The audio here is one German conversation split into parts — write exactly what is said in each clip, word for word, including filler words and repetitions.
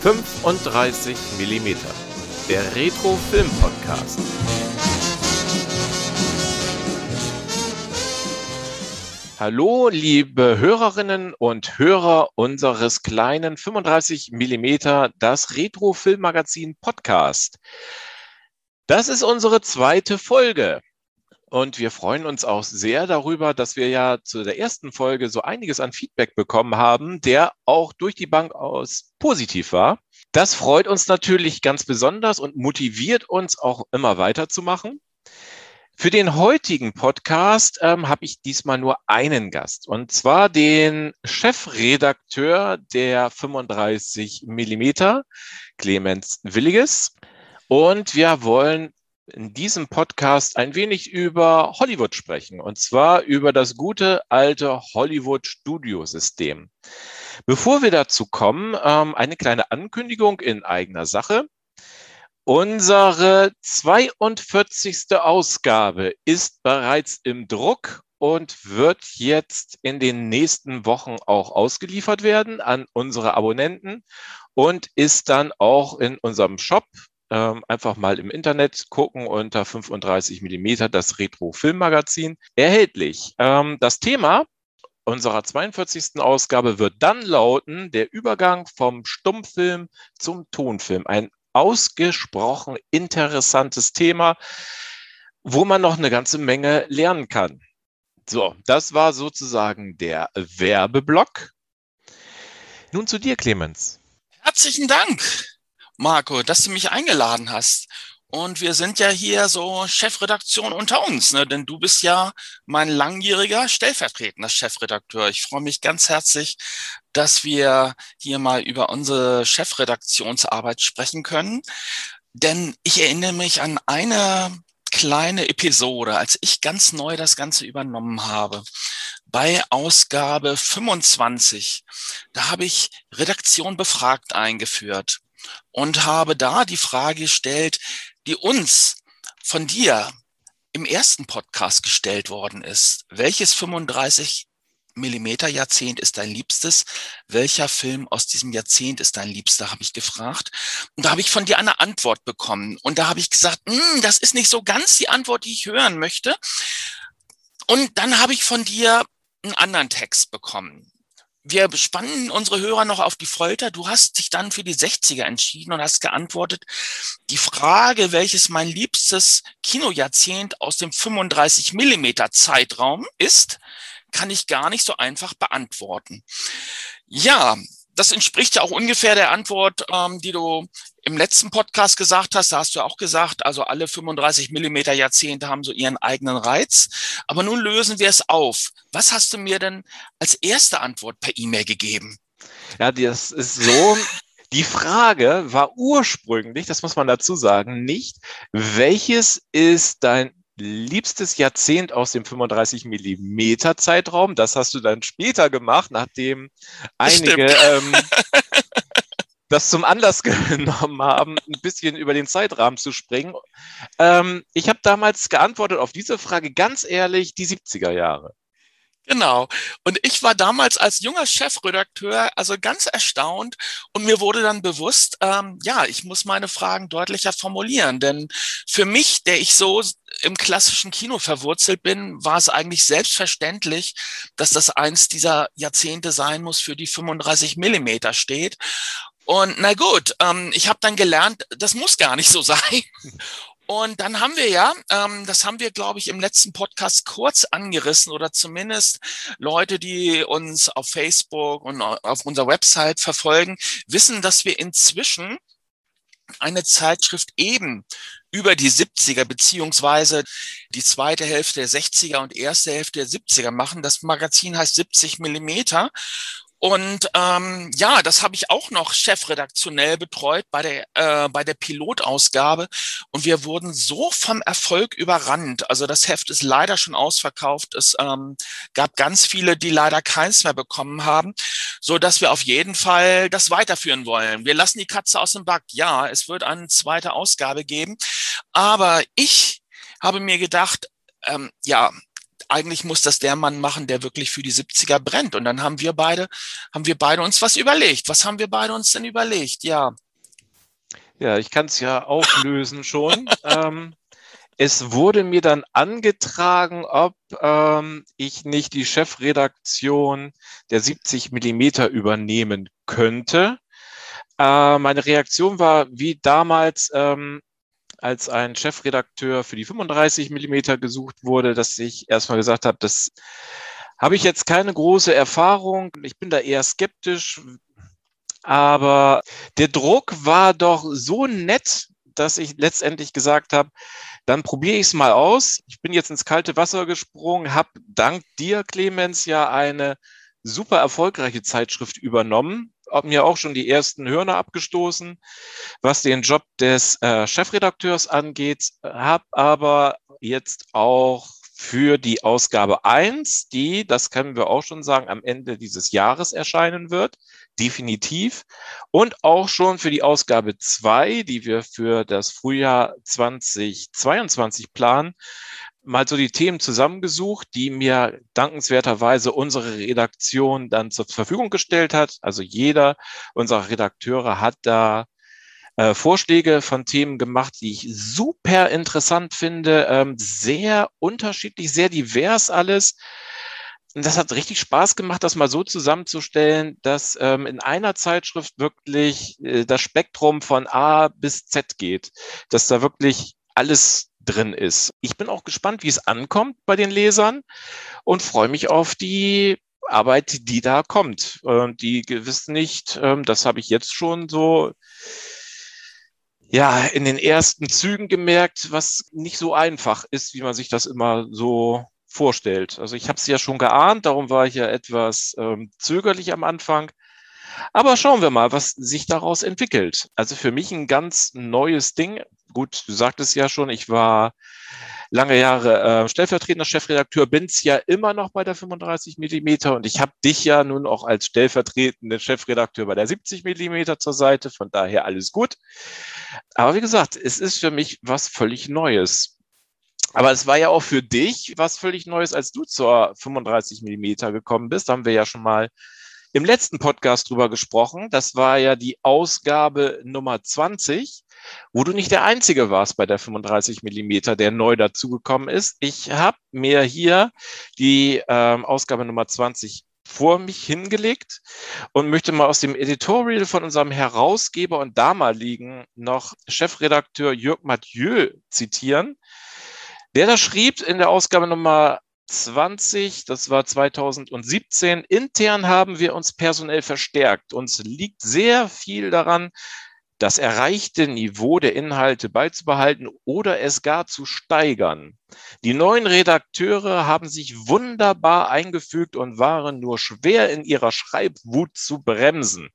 fünfunddreißig Millimeter, der Retro-Film-Podcast. Hallo, liebe Hörerinnen und Hörer unseres kleinen fünfunddreißig Millimeter, das Retro-Film-Magazin Podcast. Das ist unsere zweite Folge. Und wir freuen uns auch sehr darüber, dass wir ja zu der ersten Folge so einiges an Feedback bekommen haben, der auch durch die Bank aus positiv war. Das freut uns natürlich ganz besonders und motiviert uns auch immer weiterzumachen. Für den heutigen Podcast ähm, habe ich diesmal nur einen Gast, und zwar den Chefredakteur der fünfunddreißig Millimeter, Clemens Williges. Und wir wollen in diesem Podcast ein wenig über Hollywood sprechen, und zwar über das gute alte Hollywood-Studiosystem. Bevor wir dazu kommen, ähm, eine kleine Ankündigung in eigener Sache. Unsere zweiundvierzigste Ausgabe ist bereits im Druck und wird jetzt in den nächsten Wochen auch ausgeliefert werden an unsere Abonnenten und ist dann auch in unserem Shop. Einfach mal im Internet gucken unter fünfunddreißig Millimeter, das Retro-Film-Magazin, erhältlich. Das Thema unserer zweiundvierzigsten Ausgabe wird dann lauten: der Übergang vom Stummfilm zum Tonfilm. Ein ausgesprochen interessantes Thema, wo man noch eine ganze Menge lernen kann. So, das war sozusagen der Werbeblock. Nun zu dir, Clemens. Herzlichen Dank, Marco, dass du mich eingeladen hast. Und wir sind ja hier so Chefredaktion unter uns, ne? Denn du bist ja mein langjähriger stellvertretender Chefredakteur. Ich freue mich ganz herzlich, dass wir hier mal über unsere Chefredaktionsarbeit sprechen können. Denn ich erinnere mich an eine kleine Episode, als ich ganz neu das Ganze übernommen habe. Bei Ausgabe fünfundzwanzig, da habe ich Redaktion befragt eingeführt und habe da die Frage gestellt, die uns von dir im ersten Podcast gestellt worden ist. Welches fünfunddreißig Millimeter Jahrzehnt ist dein Liebstes? Welcher Film aus diesem Jahrzehnt ist dein Liebster, habe ich gefragt. Und da habe ich von dir eine Antwort bekommen. Und da habe ich gesagt, das ist nicht so ganz die Antwort, die ich hören möchte. Und dann habe ich von dir einen anderen Text bekommen. Wir spannen unsere Hörer noch auf die Folter. Du hast dich dann für die sechziger entschieden und hast geantwortet: Die Frage, welches mein liebstes Kinojahrzehnt aus dem fünfunddreißig Millimeter Zeitraum ist, kann ich gar nicht so einfach beantworten. Ja, das entspricht ja auch ungefähr der Antwort, ähm, die du im letzten Podcast gesagt hast. Da hast du auch gesagt, also alle fünfunddreißig Millimeter Jahrzehnte haben so ihren eigenen Reiz. Aber nun lösen wir es auf. Was hast du mir denn als erste Antwort per E-Mail gegeben? Ja, das ist so. Die Frage war ursprünglich, das muss man dazu sagen, nicht, welches ist dein liebstes Jahrzehnt aus dem fünfunddreißig Millimeter Zeitraum. Das hast du dann später gemacht, nachdem einige ähm, das zum Anlass genommen haben, ein bisschen über den Zeitrahmen zu springen. Ähm, ich habe damals geantwortet auf diese Frage ganz ehrlich, die siebziger Jahre. Genau. Und ich war damals als junger Chefredakteur also ganz erstaunt, und mir wurde dann bewusst, ähm, ja, ich muss meine Fragen deutlicher formulieren. Denn für mich, der ich so im klassischen Kino verwurzelt bin, war es eigentlich selbstverständlich, dass das eins dieser Jahrzehnte sein muss, für die fünfunddreißig Millimeter steht. Und na gut, ähm, ich habe dann gelernt, das muss gar nicht so sein. Und dann haben wir ja, ähm, das haben wir, glaube ich, im letzten Podcast kurz angerissen, oder zumindest Leute, die uns auf Facebook und auf unserer Website verfolgen, wissen, dass wir inzwischen eine Zeitschrift eben über die siebziger beziehungsweise die zweite Hälfte der sechziger und erste Hälfte der siebziger machen. Das Magazin heißt siebzig Millimeter. Und ähm, ja, das habe ich auch noch chefredaktionell betreut bei der äh, bei der Pilotausgabe, und wir wurden so vom Erfolg überrannt. Also das Heft ist leider schon ausverkauft. Es ähm, gab ganz viele, die leider keins mehr bekommen haben, so dass wir auf jeden Fall das weiterführen wollen. Wir lassen die Katze aus dem Sack. Ja, es wird eine zweite Ausgabe geben, aber ich habe mir gedacht, ähm, ja. eigentlich muss das der Mann machen, der wirklich für die siebziger brennt. Und dann haben wir beide, haben wir beide uns was überlegt. Was haben wir beide uns denn überlegt? Ja. Ja, ich kann es ja auflösen schon. ähm, es wurde mir dann angetragen, ob ähm, ich nicht die Chefredaktion der siebzig Millimeter übernehmen könnte. Äh, meine Reaktion war wie damals, ähm, als ein Chefredakteur für die fünfunddreißig Millimeter gesucht wurde, dass ich erstmal gesagt habe, das habe ich jetzt keine große Erfahrung. Ich bin da eher skeptisch, aber der Druck war doch so nett, dass ich letztendlich gesagt habe, dann probiere ich es mal aus. Ich bin jetzt ins kalte Wasser gesprungen, habe dank dir, Clemens, ja eine super erfolgreiche Zeitschrift übernommen, habe mir auch schon die ersten Hörner abgestoßen, was den Job des äh, Chefredakteurs angeht, habe aber jetzt auch für die Ausgabe eins, die, das können wir auch schon sagen, am Ende dieses Jahres erscheinen wird, definitiv. Und auch schon für die Ausgabe zwei, die wir für das Frühjahr zweitausendzweiundzwanzig planen, mal so die Themen zusammengesucht, die mir dankenswerterweise unsere Redaktion dann zur Verfügung gestellt hat. Also jeder unserer Redakteure hat da äh, Vorschläge von Themen gemacht, die ich super interessant finde, ähm, sehr unterschiedlich, sehr divers alles. Und das hat richtig Spaß gemacht, das mal so zusammenzustellen, dass ähm, in einer Zeitschrift wirklich äh, das Spektrum von A bis Z geht, dass da wirklich alles drin ist. Ich bin auch gespannt, wie es ankommt bei den Lesern und freue mich auf die Arbeit, die da kommt. Und die gewiss nicht, ähm, das habe ich jetzt schon so ja in den ersten Zügen gemerkt, was nicht so einfach ist, wie man sich das immer so vorstellt. Also ich habe es ja schon geahnt, darum war ich ja etwas ähm, zögerlich am Anfang. Aber schauen wir mal, was sich daraus entwickelt. Also für mich ein ganz neues Ding. Gut, du sagtest ja schon, ich war lange Jahre äh, stellvertretender Chefredakteur, bin es ja immer noch bei der fünfunddreißig Millimeter und ich habe dich ja nun auch als stellvertretenden Chefredakteur bei der siebzig Millimeter zur Seite, von daher alles gut. Aber wie gesagt, es ist für mich was völlig Neues. Aber es war ja auch für dich was völlig Neues, als du zur fünfunddreißig Millimeter gekommen bist. Da haben wir ja schon mal im letzten Podcast drüber gesprochen. Das war ja die Ausgabe Nummer zwanzig, wo du nicht der Einzige warst bei der fünfunddreißig Millimeter, der neu dazugekommen ist. Ich habe mir hier die ähm, Ausgabe Nummer zwanzig vor mich hingelegt und möchte mal aus dem Editorial von unserem Herausgeber und damaligen noch Chefredakteur Jörg Mathieu zitieren, der da schrieb in der Ausgabe Nummer zwanzig, das war zweitausendsiebzehn, intern haben wir uns personell verstärkt. Uns liegt sehr viel daran, das erreichte Niveau der Inhalte beizubehalten oder es gar zu steigern. Die neuen Redakteure haben sich wunderbar eingefügt und waren nur schwer in ihrer Schreibwut zu bremsen.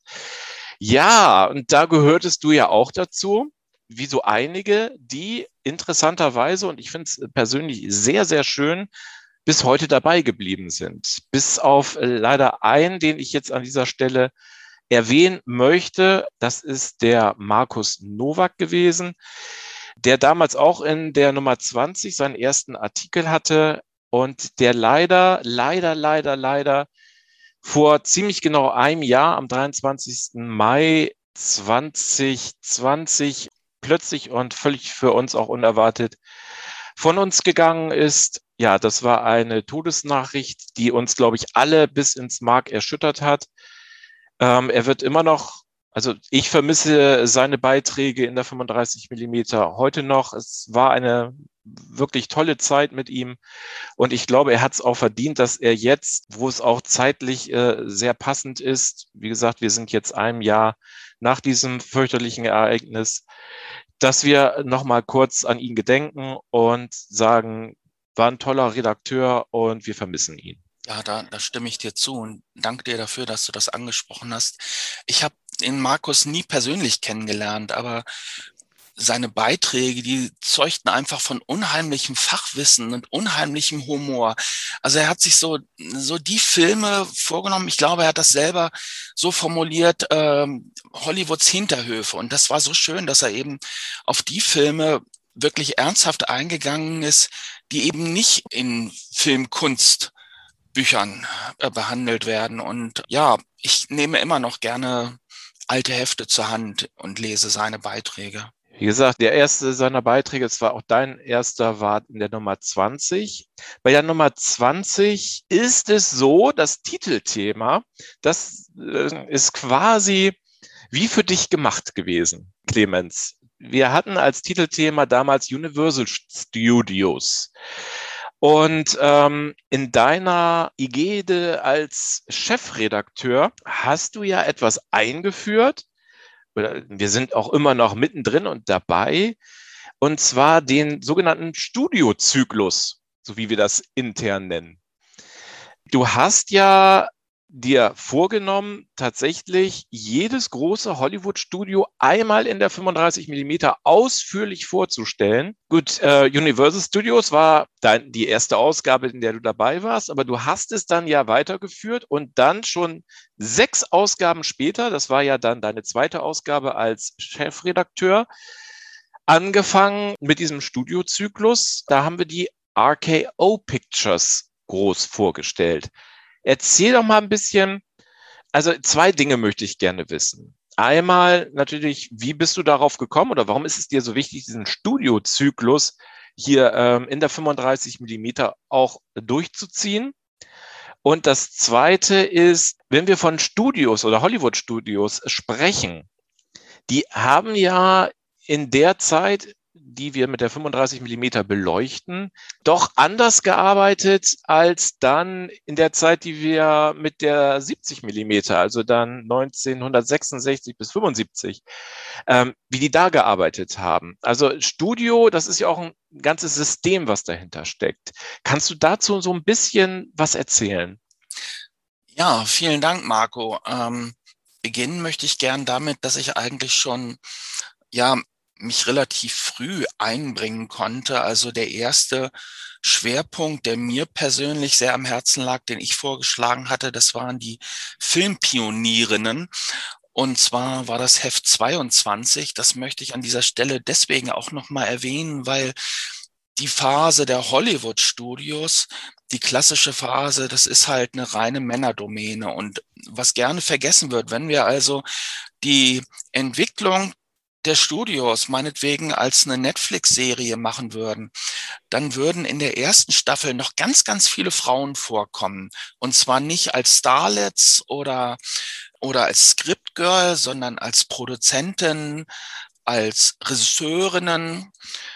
Ja, und da gehörtest du ja auch dazu, wie so einige, die interessanterweise, und ich finde es persönlich sehr, sehr schön, bis heute dabei geblieben sind. Bis auf leider einen, den ich jetzt an dieser Stelle erwähnen möchte. Das ist der Markus Nowak gewesen, der damals auch in der Nummer zwanzig seinen ersten Artikel hatte und der leider, leider, leider, leider vor ziemlich genau einem Jahr, am dreiundzwanzigsten Mai zweitausendzwanzig, plötzlich und völlig für uns auch unerwartet von uns gegangen ist. Ja, das war eine Todesnachricht, die uns, glaube ich, alle bis ins Mark erschüttert hat. Ähm, er wird immer noch, also ich vermisse seine Beiträge in der fünfunddreißig Millimeter heute noch. Es war eine wirklich tolle Zeit mit ihm und ich glaube, er hat es auch verdient, dass er jetzt, wo es auch zeitlich äh, sehr passend ist, wie gesagt, wir sind jetzt einem Jahr nach diesem fürchterlichen Ereignis, dass wir nochmal kurz an ihn gedenken und sagen, war ein toller Redakteur und wir vermissen ihn. Ja, da, da stimme ich dir zu und danke dir dafür, dass du das angesprochen hast. Ich habe den Markus nie persönlich kennengelernt, aber seine Beiträge, die zeugten einfach von unheimlichem Fachwissen und unheimlichem Humor. Also er hat sich so so die Filme vorgenommen. Ich glaube, er hat das selber so formuliert, ähm, Hollywoods Hinterhöfe. Und das war so schön, dass er eben auf die Filme wirklich ernsthaft eingegangen ist, die eben nicht in Filmkunstbüchern äh, behandelt werden. Und ja, ich nehme immer noch gerne alte Hefte zur Hand und lese seine Beiträge. Wie gesagt, der erste seiner Beiträge, es war auch dein erster, war in der Nummer zwanzig. Bei der Nummer zwanzig ist es so, das Titelthema, das äh, ist quasi wie für dich gemacht gewesen, Clemens. Wir hatten als Titelthema damals Universal Studios. Und ähm, in deiner Ägide als Chefredakteur hast du ja etwas eingeführt, wir sind auch immer noch mittendrin und dabei, und zwar den sogenannten Studiozyklus, so wie wir das intern nennen. Du hast ja dir vorgenommen, tatsächlich jedes große Hollywood-Studio einmal in der fünfunddreißig Millimeter ausführlich vorzustellen. Gut, äh, Universal Studios war dein, die erste Ausgabe, in der du dabei warst, aber du hast es dann ja weitergeführt und dann schon sechs Ausgaben später, das war ja dann deine zweite Ausgabe als Chefredakteur, angefangen mit diesem Studiozyklus. Da haben wir die R K O Pictures groß vorgestellt. Erzähl doch mal ein bisschen, also zwei Dinge möchte ich gerne wissen. Einmal natürlich, wie bist du darauf gekommen oder warum ist es dir so wichtig, diesen Studiozyklus hier ähm, in der fünfunddreißig Millimeter auch durchzuziehen? Und das Zweite ist, wenn wir von Studios oder Hollywood-Studios sprechen, die haben ja in der Zeit, die wir mit der fünfunddreißig Millimeter beleuchten, doch anders gearbeitet als dann in der Zeit, die wir mit der siebzig Millimeter, also dann neunzehnhundertsechsundsechzig bis fünfundsiebzig, ähm, wie die da gearbeitet haben. Also Studio, das ist ja auch ein ganzes System, was dahinter steckt. Kannst du dazu so ein bisschen was erzählen? Ja, vielen Dank, Marco. Ähm, beginnen möchte ich gern damit, dass ich eigentlich schon, ja, mich relativ früh einbringen konnte. Also der erste Schwerpunkt, der mir persönlich sehr am Herzen lag, den ich vorgeschlagen hatte, das waren die Filmpionierinnen. Und zwar war das Heft zweiundzwanzig. Das möchte ich an dieser Stelle deswegen auch nochmal erwähnen, weil die Phase der Hollywood-Studios, die klassische Phase, das ist halt eine reine Männerdomäne. Und was gerne vergessen wird, wenn wir also die Entwicklung der Studios meinetwegen als eine Netflix-Serie machen würden, dann würden in der ersten Staffel noch ganz, ganz viele Frauen vorkommen. Und zwar nicht als Starlets oder, oder als Scriptgirl, sondern als Produzentin, als Regisseurinnen.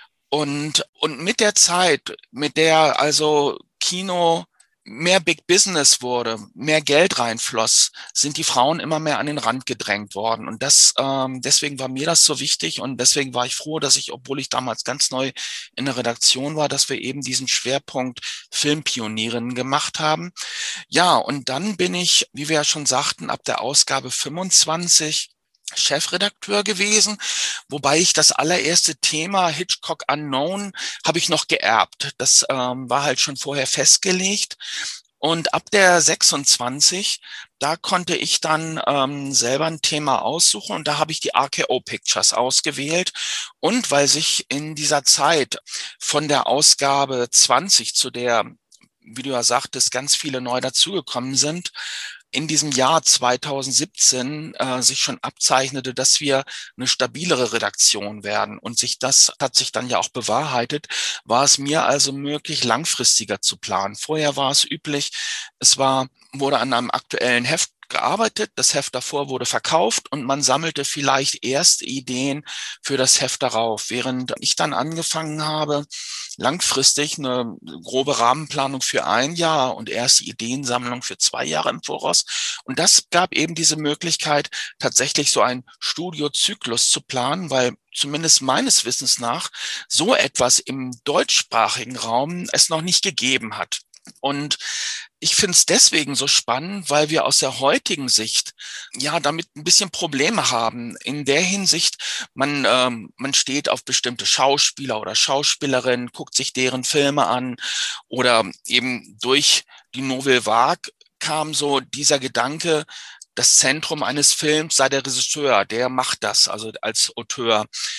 Und, und mit der Zeit, mit der also Kino mehr Big Business wurde, mehr Geld reinfloss, sind die Frauen immer mehr an den Rand gedrängt worden. Und das, ähm, deswegen war mir das so wichtig und deswegen war ich froh, dass ich, obwohl ich damals ganz neu in der Redaktion war, dass wir eben diesen Schwerpunkt Filmpionierinnen gemacht haben. Ja, und dann bin ich, wie wir ja schon sagten, ab der Ausgabe fünfundzwanzig Chefredakteur gewesen, wobei ich das allererste Thema Hitchcock Unknown habe ich noch geerbt. Das ähm, war halt schon vorher festgelegt. Und ab der sechsundzwanzig, da konnte ich dann ähm, selber ein Thema aussuchen und da habe ich die R K O Pictures ausgewählt. Und weil sich in dieser Zeit von der Ausgabe zwanzig, zu der, wie du ja sagtest, ganz viele neu dazugekommen sind, in diesem Jahr zweitausendsiebzehn äh, sich schon abzeichnete, dass wir eine stabilere Redaktion werden und sich das hat sich dann ja auch bewahrheitet, war es mir also möglich, langfristiger zu planen. Vorher war es üblich, es war, wurde an einem aktuellen Heft gearbeitet, das Heft davor wurde verkauft und man sammelte vielleicht erste Ideen für das Heft darauf. Während ich dann angefangen habe, langfristig eine grobe Rahmenplanung für ein Jahr und erste Ideensammlung für zwei Jahre im Voraus. Und das gab eben diese Möglichkeit, tatsächlich so einen Studiozyklus zu planen, weil zumindest meines Wissens nach so etwas im deutschsprachigen Raum es noch nicht gegeben hat. Und ich finde es deswegen so spannend, weil wir aus der heutigen Sicht ja damit ein bisschen Probleme haben. In der Hinsicht, man, ähm, man steht auf bestimmte Schauspieler oder Schauspielerinnen, guckt sich deren Filme an oder eben durch die Nouvelle Vague kam so dieser Gedanke, das Zentrum eines Films sei der Regisseur, der macht das, also als Auteur.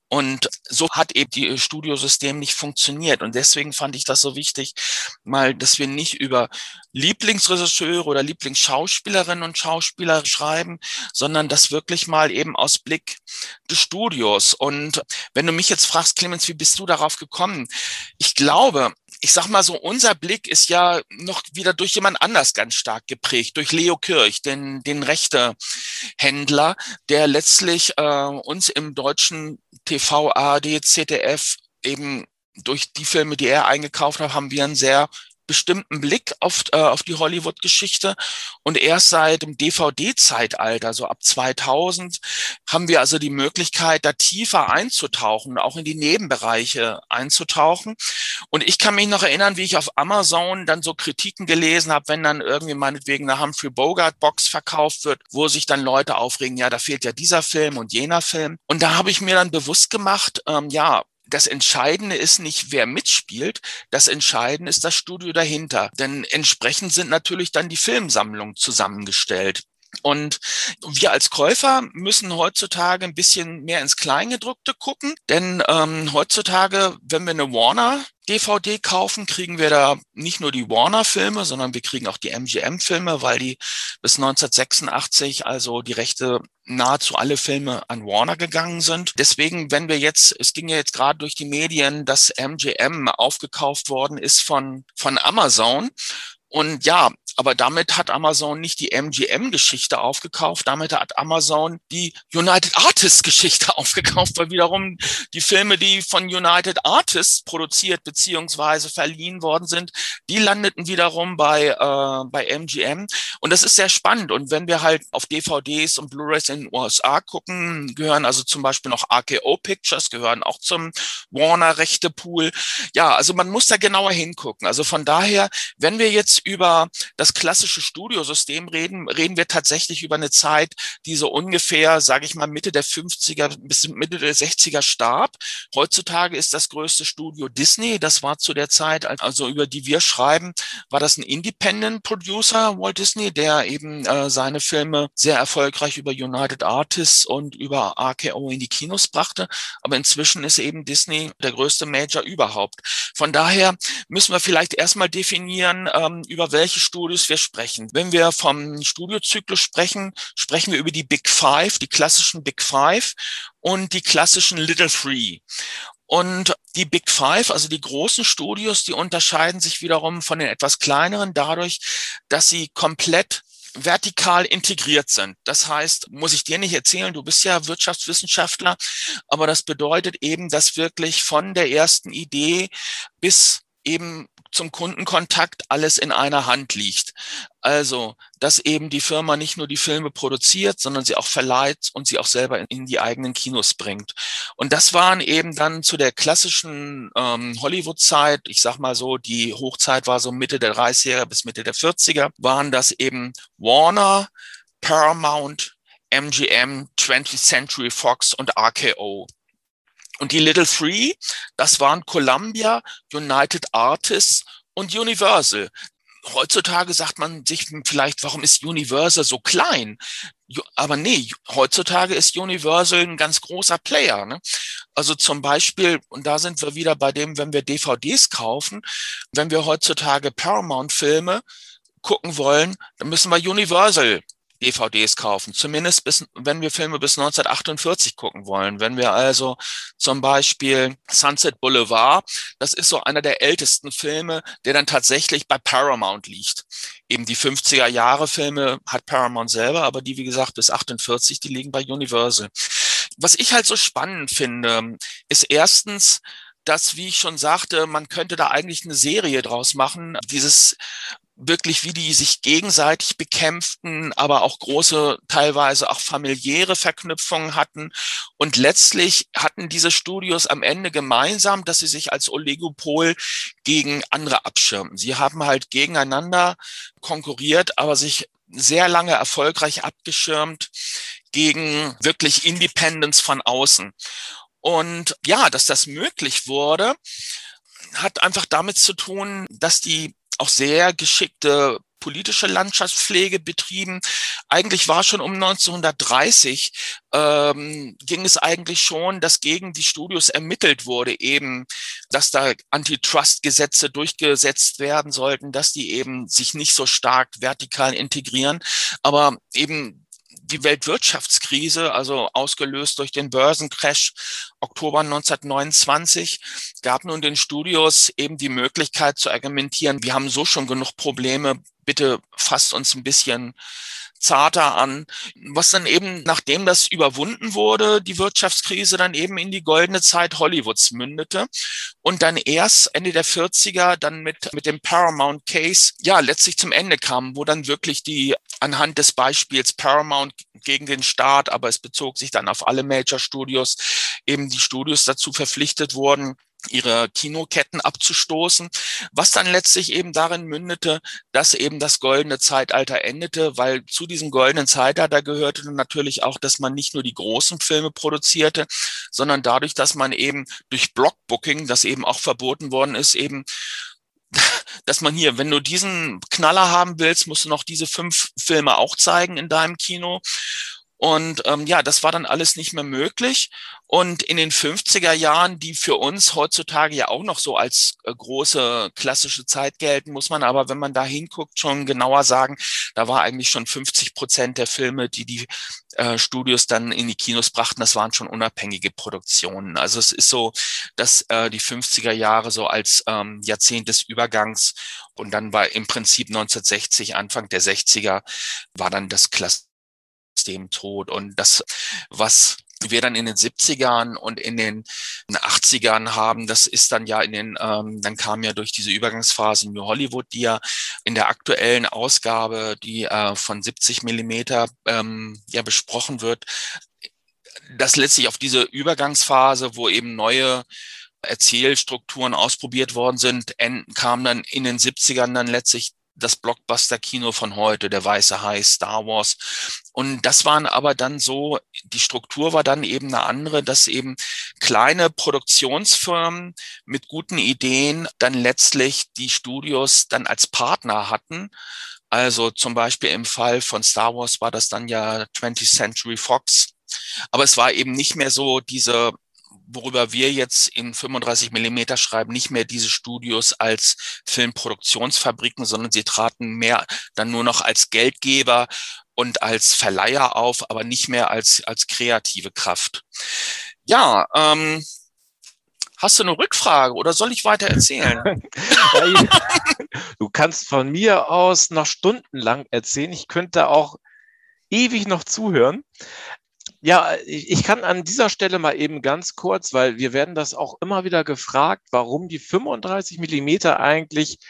Und so hat eben die Studiosystem nicht funktioniert. Und deswegen fand ich das so wichtig, mal, dass wir nicht über Lieblingsregisseure oder Lieblingsschauspielerinnen und Schauspieler schreiben, sondern das wirklich mal eben aus Blick des Studios. Und wenn du mich jetzt fragst, Clemens, wie bist du darauf gekommen? Ich glaube, ich sag mal so, unser Blick ist ja noch wieder durch jemand anders ganz stark geprägt, durch Leo Kirch, den, den Rechtehändler, der letztlich äh, uns im deutschen T V, A R D, Z D F eben durch die Filme, die er eingekauft hat, haben wir einen sehr bestimmten Blick auf, äh, auf die Hollywood-Geschichte. Und erst seit dem D V D-Zeitalter, so ab zweitausend, haben wir also die Möglichkeit, da tiefer einzutauchen, auch in die Nebenbereiche einzutauchen. Und ich kann mich noch erinnern, wie ich auf Amazon dann so Kritiken gelesen habe, wenn dann irgendwie meinetwegen eine Humphrey Bogart-Box verkauft wird, wo sich dann Leute aufregen, ja, da fehlt ja dieser Film und jener Film. Und da habe ich mir dann bewusst gemacht, ähm, ja, das Entscheidende ist nicht, wer mitspielt, das Entscheidende ist das Studio dahinter. Denn entsprechend sind natürlich dann die Filmsammlungen zusammengestellt. Und wir als Käufer müssen heutzutage ein bisschen mehr ins Kleingedruckte gucken, denn ähm, heutzutage, wenn wir eine Warner D V D kaufen, kriegen wir da nicht nur die Warner-Filme, sondern wir kriegen auch die M G M-Filme, weil die bis neunzehnhundertsechsundachtzig also die Rechte nahezu alle Filme an Warner gegangen sind. Deswegen, wenn wir jetzt, es ging ja jetzt gerade durch die Medien, dass M G M aufgekauft worden ist von, von Amazon. Und ja, aber damit hat Amazon nicht die M G M-Geschichte aufgekauft, damit hat Amazon die United Artists-Geschichte aufgekauft, weil wiederum die Filme, die von United Artists produziert beziehungsweise verliehen worden sind, die landeten wiederum bei, äh, bei M G M. Und das ist sehr spannend. Und wenn wir halt auf D V Ds und Blu-rays in den U S A gucken, gehören also zum Beispiel noch R K O Pictures, gehören auch zum Warner-Rechtepool. Ja, also man muss da genauer hingucken. Also von daher, wenn wir jetzt über das klassische Studiosystem reden, reden wir tatsächlich über eine Zeit, die so ungefähr, sage ich mal, Mitte der fünfziger bis Mitte der sechziger starb. Heutzutage ist das größte Studio Disney. Das war zu der Zeit, also über die wir schreiben, war das ein Independent Producer, Walt Disney, der eben äh, seine Filme sehr erfolgreich über United Artists und über R K O in die Kinos brachte. Aber inzwischen ist eben Disney der größte Major überhaupt. Von daher müssen wir vielleicht erstmal definieren, ähm, über welche Studios wir sprechen. Wenn wir vom Studiozyklus sprechen, sprechen wir über die Big Five, die klassischen Big Five und die klassischen Little Three. Und die Big Five, also die großen Studios, die unterscheiden sich wiederum von den etwas kleineren dadurch, dass sie komplett vertikal integriert sind. Das heißt, muss ich dir nicht erzählen, du bist ja Wirtschaftswissenschaftler, aber das bedeutet eben, dass wirklich von der ersten Idee bis eben zum Kundenkontakt alles in einer Hand liegt. Also, dass eben die Firma nicht nur die Filme produziert, sondern sie auch verleiht und sie auch selber in die eigenen Kinos bringt. Und das waren eben dann zu der klassischen ähm, Hollywood-Zeit, ich sag mal so, die Hochzeit war so Mitte der dreißiger bis Mitte der vierziger, waren das eben Warner, Paramount, M G M, twentieth Century Fox und R K O. Und die Little Three, das waren Columbia, United Artists und Universal. Heutzutage sagt man sich vielleicht, warum ist Universal so klein? Aber nee, heutzutage ist Universal ein ganz großer Player, ne? Also zum Beispiel, und da sind wir wieder bei dem, wenn wir D V Ds kaufen, wenn wir heutzutage Paramount-Filme gucken wollen, dann müssen wir Universal D V Ds kaufen, zumindest bis, wenn wir Filme bis neunzehnhundertachtundvierzig gucken wollen. Wenn wir also zum Beispiel Sunset Boulevard, das ist so einer der ältesten Filme, der dann tatsächlich bei Paramount liegt. Eben die fünfziger Jahre Filme hat Paramount selber, aber die, wie gesagt, bis achtundvierzig, die liegen bei Universal. Was ich halt so spannend finde, ist erstens, dass, wie ich schon sagte, man könnte da eigentlich eine Serie draus machen, dieses wirklich, wie die sich gegenseitig bekämpften, aber auch große, teilweise auch familiäre Verknüpfungen hatten. Und letztlich hatten diese Studios am Ende gemeinsam, dass sie sich als Oligopol gegen andere abschirmten. Sie haben halt gegeneinander konkurriert, aber sich sehr lange erfolgreich abgeschirmt gegen wirklich Independence von außen. Und ja, dass das möglich wurde, hat einfach damit zu tun, dass die auch sehr geschickte politische Landschaftspflege betrieben, eigentlich war schon um neunzehnhundertdreißig, ähm, ging es eigentlich schon, dass gegen die Studios ermittelt wurde, eben, dass da Antitrust-Gesetze durchgesetzt werden sollten, dass die eben sich nicht so stark vertikal integrieren. Aber eben die Weltwirtschaftskrise, also ausgelöst durch den Börsencrash Oktober neunzehnhundertneunundzwanzig, gab nun den Studios eben die Möglichkeit zu argumentieren, wir haben so schon genug Probleme, bitte fasst uns ein bisschen zarter an, was dann eben, nachdem das überwunden wurde, die Wirtschaftskrise, dann eben in die goldene Zeit Hollywoods mündete und dann erst Ende der vierziger dann mit, mit dem Paramount Case, ja, letztlich zum Ende kam, wo dann wirklich die, anhand des Beispiels Paramount gegen den Staat, aber es bezog sich dann auf alle Major Studios, eben die Studios dazu verpflichtet wurden, ihre Kinoketten abzustoßen, was dann letztlich eben darin mündete, dass eben das goldene Zeitalter endete, weil zu diesem goldenen Zeitalter gehörte natürlich auch, dass man nicht nur die großen Filme produzierte, sondern dadurch, dass man eben durch Blockbooking, das eben auch verboten worden ist, eben dass man hier, wenn du diesen Knaller haben willst, musst du noch diese fünf Filme auch zeigen in deinem Kino. Und ähm, ja, das war dann alles nicht mehr möglich. Und in den fünfziger Jahren, die für uns heutzutage ja auch noch so als äh, große klassische Zeit gelten, muss man aber, wenn man da hinguckt, schon genauer sagen, da war eigentlich schon fünfzig Prozent der Filme, die die äh, Studios dann in die Kinos brachten, das waren schon unabhängige Produktionen. Also es ist so, dass äh, die fünfziger Jahre so als ähm, Jahrzehnt des Übergangs und dann war im Prinzip neunzehnhundertsechzig, Anfang der sechziger, war dann das klassische System tot. Und das, was wir dann in den siebzigern und in den achtzigern haben, das ist dann ja in den, ähm, dann kam ja durch diese Übergangsphase New Hollywood, die ja in der aktuellen Ausgabe, die äh, von siebzig Millimeter ähm, ja besprochen wird, das letztlich auf diese Übergangsphase, wo eben neue Erzählstrukturen ausprobiert worden sind, kam dann in den siebzigern dann letztlich das Blockbuster-Kino von heute, der Weiße Hai, Star Wars. Und das waren aber dann so, die Struktur war dann eben eine andere, dass eben kleine Produktionsfirmen mit guten Ideen dann letztlich die Studios dann als Partner hatten. Also zum Beispiel im Fall von Star Wars war das dann ja twentieth Century Fox. Aber es war eben nicht mehr so diese, worüber wir jetzt in fünfunddreißig Millimeter schreiben, nicht mehr diese Studios als Filmproduktionsfabriken, sondern sie traten mehr dann nur noch als Geldgeber und als Verleiher auf, aber nicht mehr als, als kreative Kraft. Ja, ähm, hast du eine Rückfrage oder soll ich weiter erzählen? Du kannst von mir aus noch stundenlang erzählen. Ich könnte auch ewig noch zuhören. Ja, ich kann an dieser Stelle mal eben ganz kurz, weil wir werden das auch immer wieder gefragt, warum die fünfunddreißig Millimeter eigentlich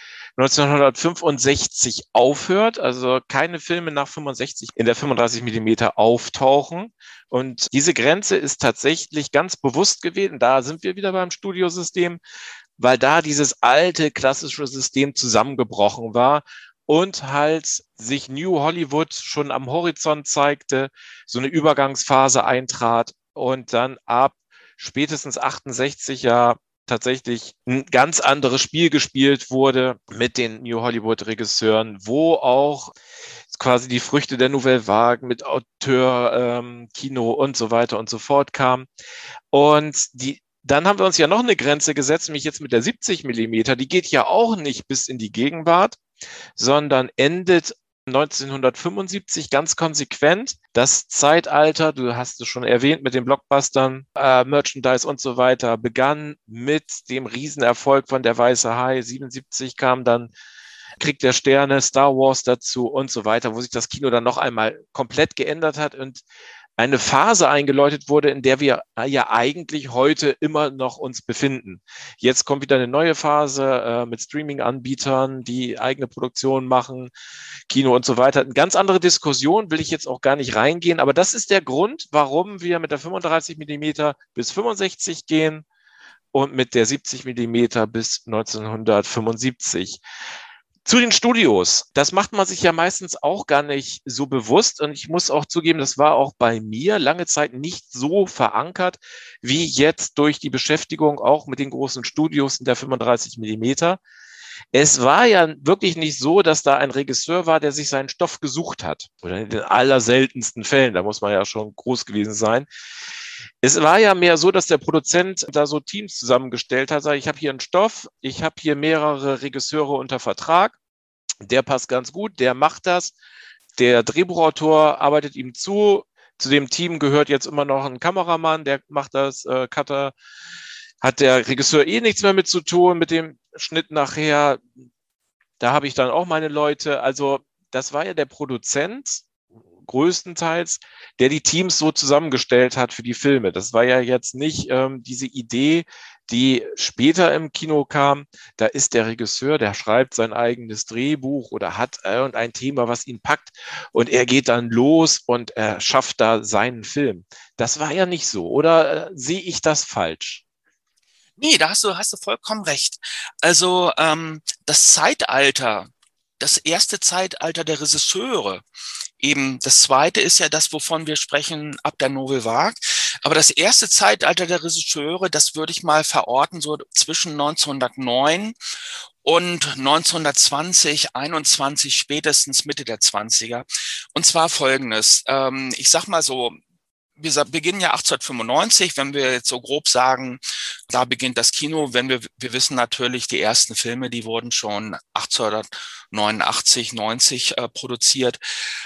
neunzehnhundertfünfundsechzig aufhört, also keine Filme nach fünfundsechzig in der fünfunddreißig Millimeter auftauchen. Und diese Grenze ist tatsächlich ganz bewusst gewählt. Und da sind wir wieder beim Studiosystem, weil da dieses alte klassische System zusammengebrochen war und halt sich New Hollywood schon am Horizont zeigte, so eine Übergangsphase eintrat und dann ab spätestens achtundsechzig ja tatsächlich ein ganz anderes Spiel gespielt wurde mit den New Hollywood-Regisseuren, wo auch quasi die Früchte der Nouvelle Vague mit Auteur, ähm, Kino und so weiter und so fort kamen. Und die Dann haben wir uns ja noch eine Grenze gesetzt, nämlich jetzt mit der siebzig Millimeter. Die geht ja auch nicht bis in die Gegenwart, sondern endet neunzehnhundertfünfundsiebzig ganz konsequent. Das Zeitalter, du hast es schon erwähnt, mit den Blockbustern, äh, Merchandise und so weiter, begann mit dem Riesenerfolg von Der Weiße Hai. siebenundsiebzig kam dann Krieg der Sterne, Star Wars dazu und so weiter, wo sich das Kino dann noch einmal komplett geändert hat und eine Phase eingeläutet wurde, in der wir ja eigentlich heute immer noch uns befinden. Jetzt kommt wieder eine neue Phase äh, mit Streaming-Anbietern, die eigene Produktionen machen, Kino und so weiter. Eine ganz andere Diskussion, will ich jetzt auch gar nicht reingehen, aber das ist der Grund, warum wir mit der fünfunddreißig Millimeter bis fünfundsechzig gehen und mit der siebzig Millimeter bis neunzehnhundertfünfundsiebzig. Zu den Studios, das macht man sich ja meistens auch gar nicht so bewusst und ich muss auch zugeben, das war auch bei mir lange Zeit nicht so verankert wie jetzt durch die Beschäftigung auch mit den großen Studios in der fünfunddreißig Millimeter. Es war ja wirklich nicht so, dass da ein Regisseur war, der sich seinen Stoff gesucht hat. Oder in den allerseltensten Fällen, da muss man ja schon groß gewesen sein. Es war ja mehr so, dass der Produzent da so Teams zusammengestellt hat, sagt, ich habe hier einen Stoff, ich habe hier mehrere Regisseure unter Vertrag, der passt ganz gut, der macht das, der Drehbuchautor arbeitet ihm zu, zu dem Team gehört jetzt immer noch ein Kameramann, der macht das, äh, Cutter, hat der Regisseur eh nichts mehr mit zu tun, mit dem Schnitt nachher, da habe ich dann auch meine Leute, also das war ja der Produzent, größtenteils, der die Teams so zusammengestellt hat für die Filme. Das war ja jetzt nicht ähm, diese Idee, die später im Kino kam. Da ist der Regisseur, der schreibt sein eigenes Drehbuch oder hat irgendein Thema, was ihn packt und er geht dann los und er schafft da seinen Film. Das war ja nicht so. Oder äh, sehe ich das falsch? Nee, da hast du, hast du vollkommen recht. Also ähm, das Zeitalter, das erste Zeitalter der Regisseure, eben das zweite ist ja das, wovon wir sprechen, ab der Nouvelle Vague. Aber das erste Zeitalter der Regisseure, das würde ich mal verorten, so zwischen neunzehnhundertneun und neunzehnhundertzwanzig, einundzwanzig, spätestens Mitte der Zwanziger. Und zwar folgendes, ähm, ich sag mal so, wir beginnen ja achtzehnhundertfünfundneunzig, wenn wir jetzt so grob sagen, da beginnt das Kino, wenn wir, wir wissen natürlich, die ersten Filme, die wurden schon achtzehnhundertneunundachtzig, neunzig äh, produziert,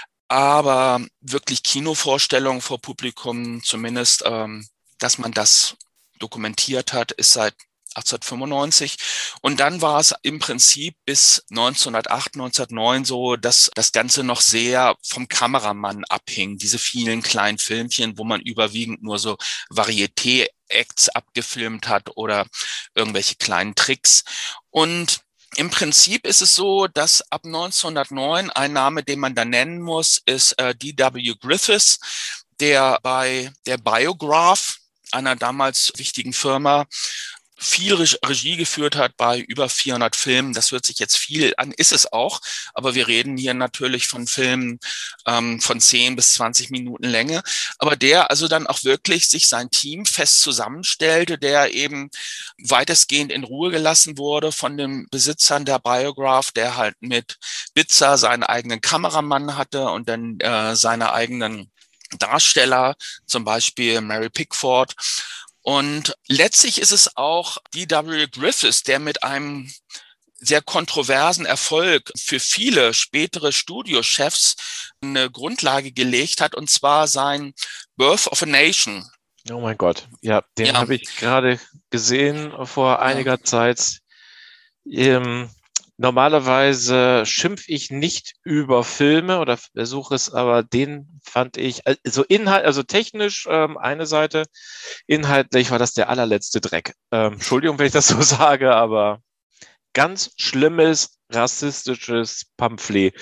aber wirklich Kinovorstellungen vor Publikum, zumindest, ähm, dass man das dokumentiert hat, ist seit achtzehnhundertfünfundneunzig. Und dann war es im Prinzip bis neunzehnhundertacht, neunzehnhundertneun so, dass das Ganze noch sehr vom Kameramann abhing. Diese vielen kleinen Filmchen, wo man überwiegend nur so Varieté-Acts abgefilmt hat oder irgendwelche kleinen Tricks. Und im Prinzip ist es so, dass ab neunzehnhundertneun ein Name, den man da nennen muss, ist äh, D W Griffiths, der bei der Biograph, einer damals wichtigen Firma, viel Regie geführt hat bei über vierhundert Filmen. Das hört sich jetzt viel an, ist es auch. Aber wir reden hier natürlich von Filmen ähm, von zehn bis zwanzig Minuten Länge. Aber der also dann auch wirklich sich sein Team fest zusammenstellte, der eben weitestgehend in Ruhe gelassen wurde von den Besitzern der Biograph, der halt mit Bitzer seinen eigenen Kameramann hatte und dann äh, seine eigenen Darsteller, zum Beispiel Mary Pickford. Und letztlich ist es auch D W Griffiths, der mit einem sehr kontroversen Erfolg für viele spätere Studiochefs eine Grundlage gelegt hat, und zwar sein Birth of a Nation. Oh mein Gott, ja, den ja. habe ich gerade gesehen vor einiger ja. Zeit. Ähm, normalerweise schimpfe ich nicht über Filme oder versuche es, aber den fand ich, also Inhalt, also technisch ähm, eine Seite, inhaltlich war das der allerletzte Dreck. Ähm, Entschuldigung, wenn ich das so sage, aber ganz schlimmes, rassistisches Pamphlet.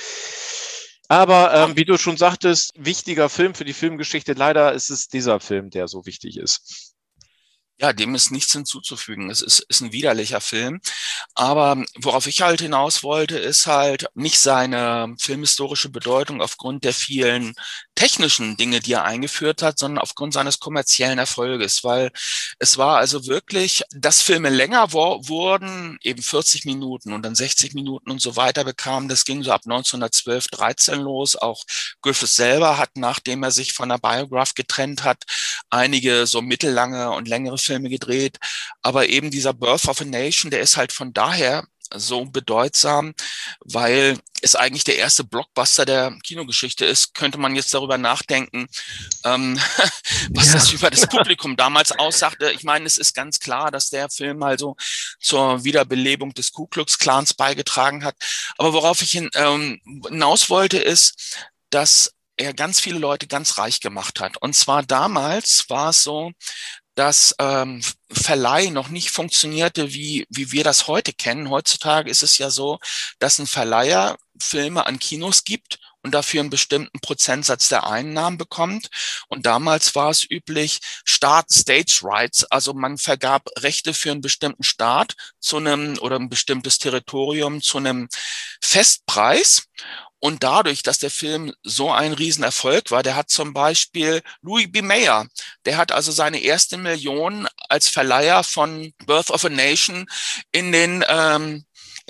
Aber ähm, wie du schon sagtest, wichtiger Film für die Filmgeschichte. Leider ist es dieser Film, der so wichtig ist. Ja, dem ist nichts hinzuzufügen. Es ist, ist ein widerlicher Film. Aber worauf ich halt hinaus wollte, ist halt nicht seine filmhistorische Bedeutung aufgrund der vielen technischen Dinge, die er eingeführt hat, sondern aufgrund seines kommerziellen Erfolges. Weil es war also wirklich, dass Filme länger wo- wurden, eben vierzig Minuten und dann sechzig Minuten und so weiter bekamen. Das ging so ab neunzehnhundertzwölf, dreizehn los. Auch Griffiths selber hat, nachdem er sich von der Biograph getrennt hat, einige so mittellange und längere Filme gedreht. Aber eben dieser Birth of a Nation, der ist halt von daher so bedeutsam, weil es eigentlich der erste Blockbuster der Kinogeschichte ist. Könnte man jetzt darüber nachdenken, ähm, was ja. das über das Publikum damals aussagte. Ich meine, es ist ganz klar, dass der Film also zur Wiederbelebung des Ku Klux Klans beigetragen hat. Aber worauf ich hin, ähm, hinaus wollte, ist, dass er ganz viele Leute ganz reich gemacht hat. Und zwar damals war es so, dass ähm, Verleih noch nicht funktionierte, wie, wie wir das heute kennen. Heutzutage ist es ja so, dass ein Verleiher Filme an Kinos gibt und dafür einen bestimmten Prozentsatz der Einnahmen bekommt. Und damals war es üblich, Staat, Stage Rights, also man vergab Rechte für einen bestimmten Staat zu einem oder ein bestimmtes Territorium zu einem Festpreis. Und dadurch, dass der Film so ein Riesenerfolg war, der hat zum Beispiel Louis B. Mayer, der hat also seine erste Million als Verleiher von Birth of a Nation in den, ähm,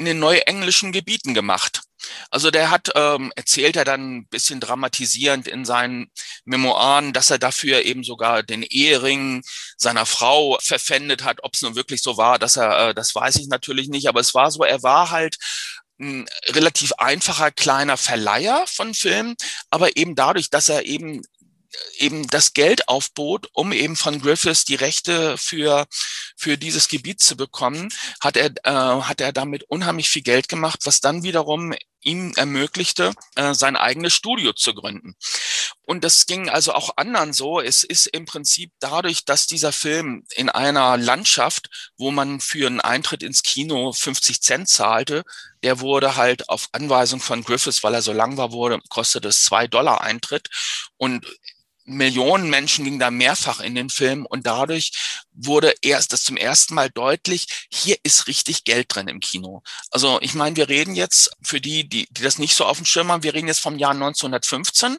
in den neuenglischen Gebieten gemacht. Also der hat, ähm, erzählt er dann ein bisschen dramatisierend in seinen Memoiren, dass er dafür eben sogar den Ehering seiner Frau verpfändet hat. Ob es nun wirklich so war, dass er, äh, das weiß ich natürlich nicht, aber es war so, er war halt ein relativ einfacher kleiner Verleiher von Filmen, aber eben dadurch, dass er eben eben das Geld aufbot, um eben von Griffiths die Rechte für für dieses Gebiet zu bekommen, hat er äh, hat er damit unheimlich viel Geld gemacht, was dann wiederum ihm ermöglichte, äh, sein eigenes Studio zu gründen. Und das ging also auch anderen so. Es ist im Prinzip dadurch, dass dieser Film in einer Landschaft, wo man für einen Eintritt ins Kino fünfzig Cent zahlte, der wurde halt auf Anweisung von Griffiths, weil er so lang war, wurde, kostete es zwei Dollar Eintritt. Und Millionen Menschen gingen da mehrfach in den Film und dadurch wurde erst das zum ersten Mal deutlich, hier ist richtig Geld drin im Kino. Also ich meine, wir reden jetzt, für die, die, die das nicht so auf dem Schirm haben, wir reden jetzt vom Jahr neunzehnhundertfünfzehn.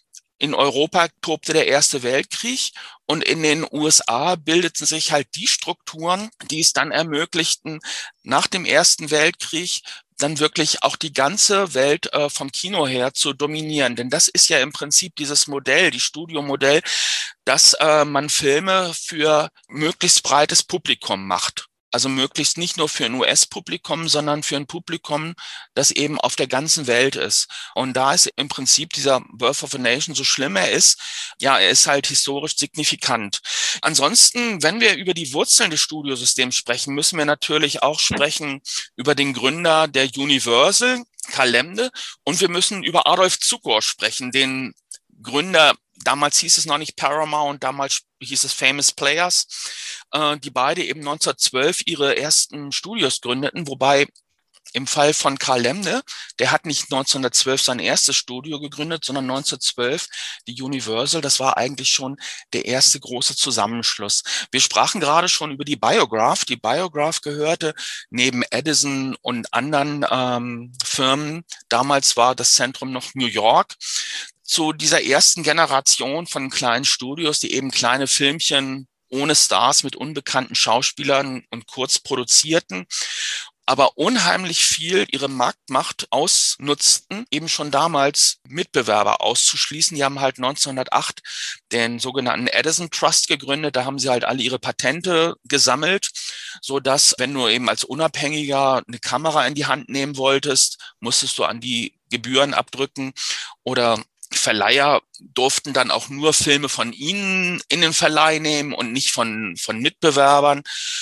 In Europa tobte der Erste Weltkrieg und in den U S A bildeten sich halt die Strukturen, die es dann ermöglichten, nach dem Ersten Weltkrieg dann wirklich auch die ganze Welt äh, vom Kino her zu dominieren. Denn das ist ja im Prinzip dieses Modell, die Studiomodell, dass äh, man Filme für möglichst breites Publikum macht. Also möglichst nicht nur für ein U S-Publikum, sondern für ein Publikum, das eben auf der ganzen Welt ist. Und da ist im Prinzip dieser Birth of a Nation, so schlimm er ist, ja, er ist halt historisch signifikant. Ansonsten, wenn wir über die Wurzeln des Studiosystems sprechen, müssen wir natürlich auch sprechen über den Gründer der Universal, Carl Laemmle, und wir müssen über Adolf Zukor sprechen, den Gründer. Damals hieß es noch nicht Paramount, damals hieß es Famous Players, äh, die beide eben neunzehnhundertzwölf ihre ersten Studios gründeten, wobei im Fall von Carl Laemmle, der hat nicht neunzehnhundertzwölf sein erstes Studio gegründet, sondern neunzehnhundertzwölf die Universal. Das war eigentlich schon der erste große Zusammenschluss. Wir sprachen gerade schon über die Biograph. Die Biograph gehörte neben Edison und anderen ähm, Firmen, damals war das Zentrum noch New York, zu dieser ersten Generation von kleinen Studios, die eben kleine Filmchen ohne Stars mit unbekannten Schauspielern und kurz produzierten, aber unheimlich viel ihre Marktmacht ausnutzten, eben schon damals Mitbewerber auszuschließen. Die haben halt neunzehnhundertacht den sogenannten Edison Trust gegründet. Da haben sie halt alle ihre Patente gesammelt, so dass, wenn du eben als Unabhängiger eine Kamera in die Hand nehmen wolltest, musstest du an die Gebühren abdrücken, oder Verleiher durften dann auch nur Filme von ihnen in den Verleih nehmen und nicht von, von Mitbewerbern.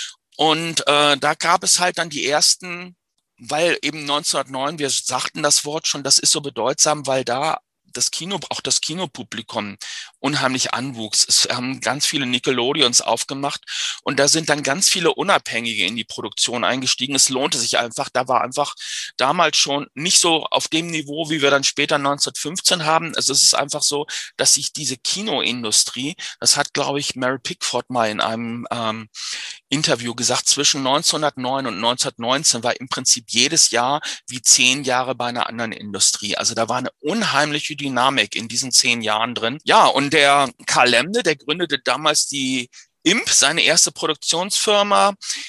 Und äh, da gab es halt dann die ersten, weil eben neunzehnhundertneun, wir sagten das Wort schon, das ist so bedeutsam, weil da das Kino, auch das Kinopublikum unheimlich anwuchs. Es haben ganz viele Nickelodeons aufgemacht und da sind dann ganz viele Unabhängige in die Produktion eingestiegen. Es lohnte sich einfach, da war einfach damals schon nicht so auf dem Niveau, wie wir dann später neunzehnhundertfünfzehn haben. Also es ist einfach so, dass sich diese Kinoindustrie, das hat, glaube ich, Mary Pickford mal in einem ähm, Interview gesagt, zwischen neunzehnhundertneun und neunzehnhundertneunzehn war im Prinzip jedes Jahr wie zehn Jahre bei einer anderen Industrie. Also da war eine unheimliche Dynamik in diesen zehn Jahren drin. Ja, und der Carl Laemmle, der gründete damals die I M P, seine erste Produktionsfirma,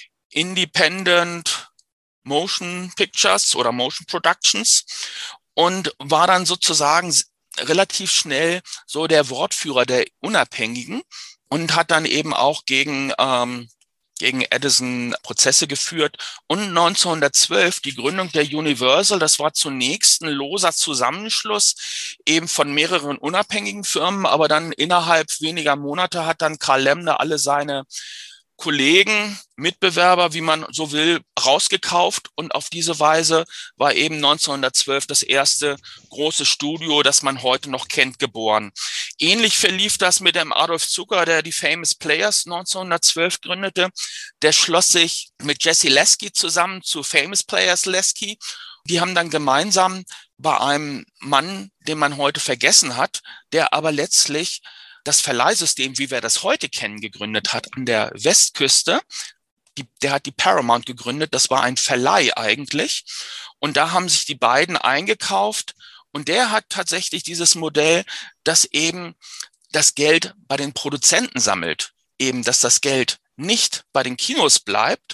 Independent Motion Pictures oder Motion Productions, und war dann sozusagen relativ schnell so der Wortführer der Unabhängigen und hat dann eben auch gegen ähm, gegen Edison Prozesse geführt. Und neunzehnhundertzwölf die Gründung der Universal, das war zunächst ein loser Zusammenschluss eben von mehreren unabhängigen Firmen, aber dann innerhalb weniger Monate hat dann Carl Laemmle alle seine Kollegen, Mitbewerber, wie man so will, rausgekauft, und auf diese Weise war eben neunzehnhundertzwölf das erste große Studio, das man heute noch kennt, geboren. Ähnlich verlief das mit dem Adolf Zukor, der die Famous Players neunzehnhundertzwölf gründete. Der schloss sich mit Jesse Lasky zusammen zu Famous Players Lasky. Die haben dann gemeinsam bei einem Mann, den man heute vergessen hat, der aber letztlich das Verleihsystem, wie wir das heute kennen, gegründet hat an der Westküste. Die, der hat die Paramount gegründet. Das war ein Verleih eigentlich. Und da haben sich die beiden eingekauft. Und der hat tatsächlich dieses Modell, dass eben das Geld bei den Produzenten sammelt. Eben, dass das Geld nicht bei den Kinos bleibt,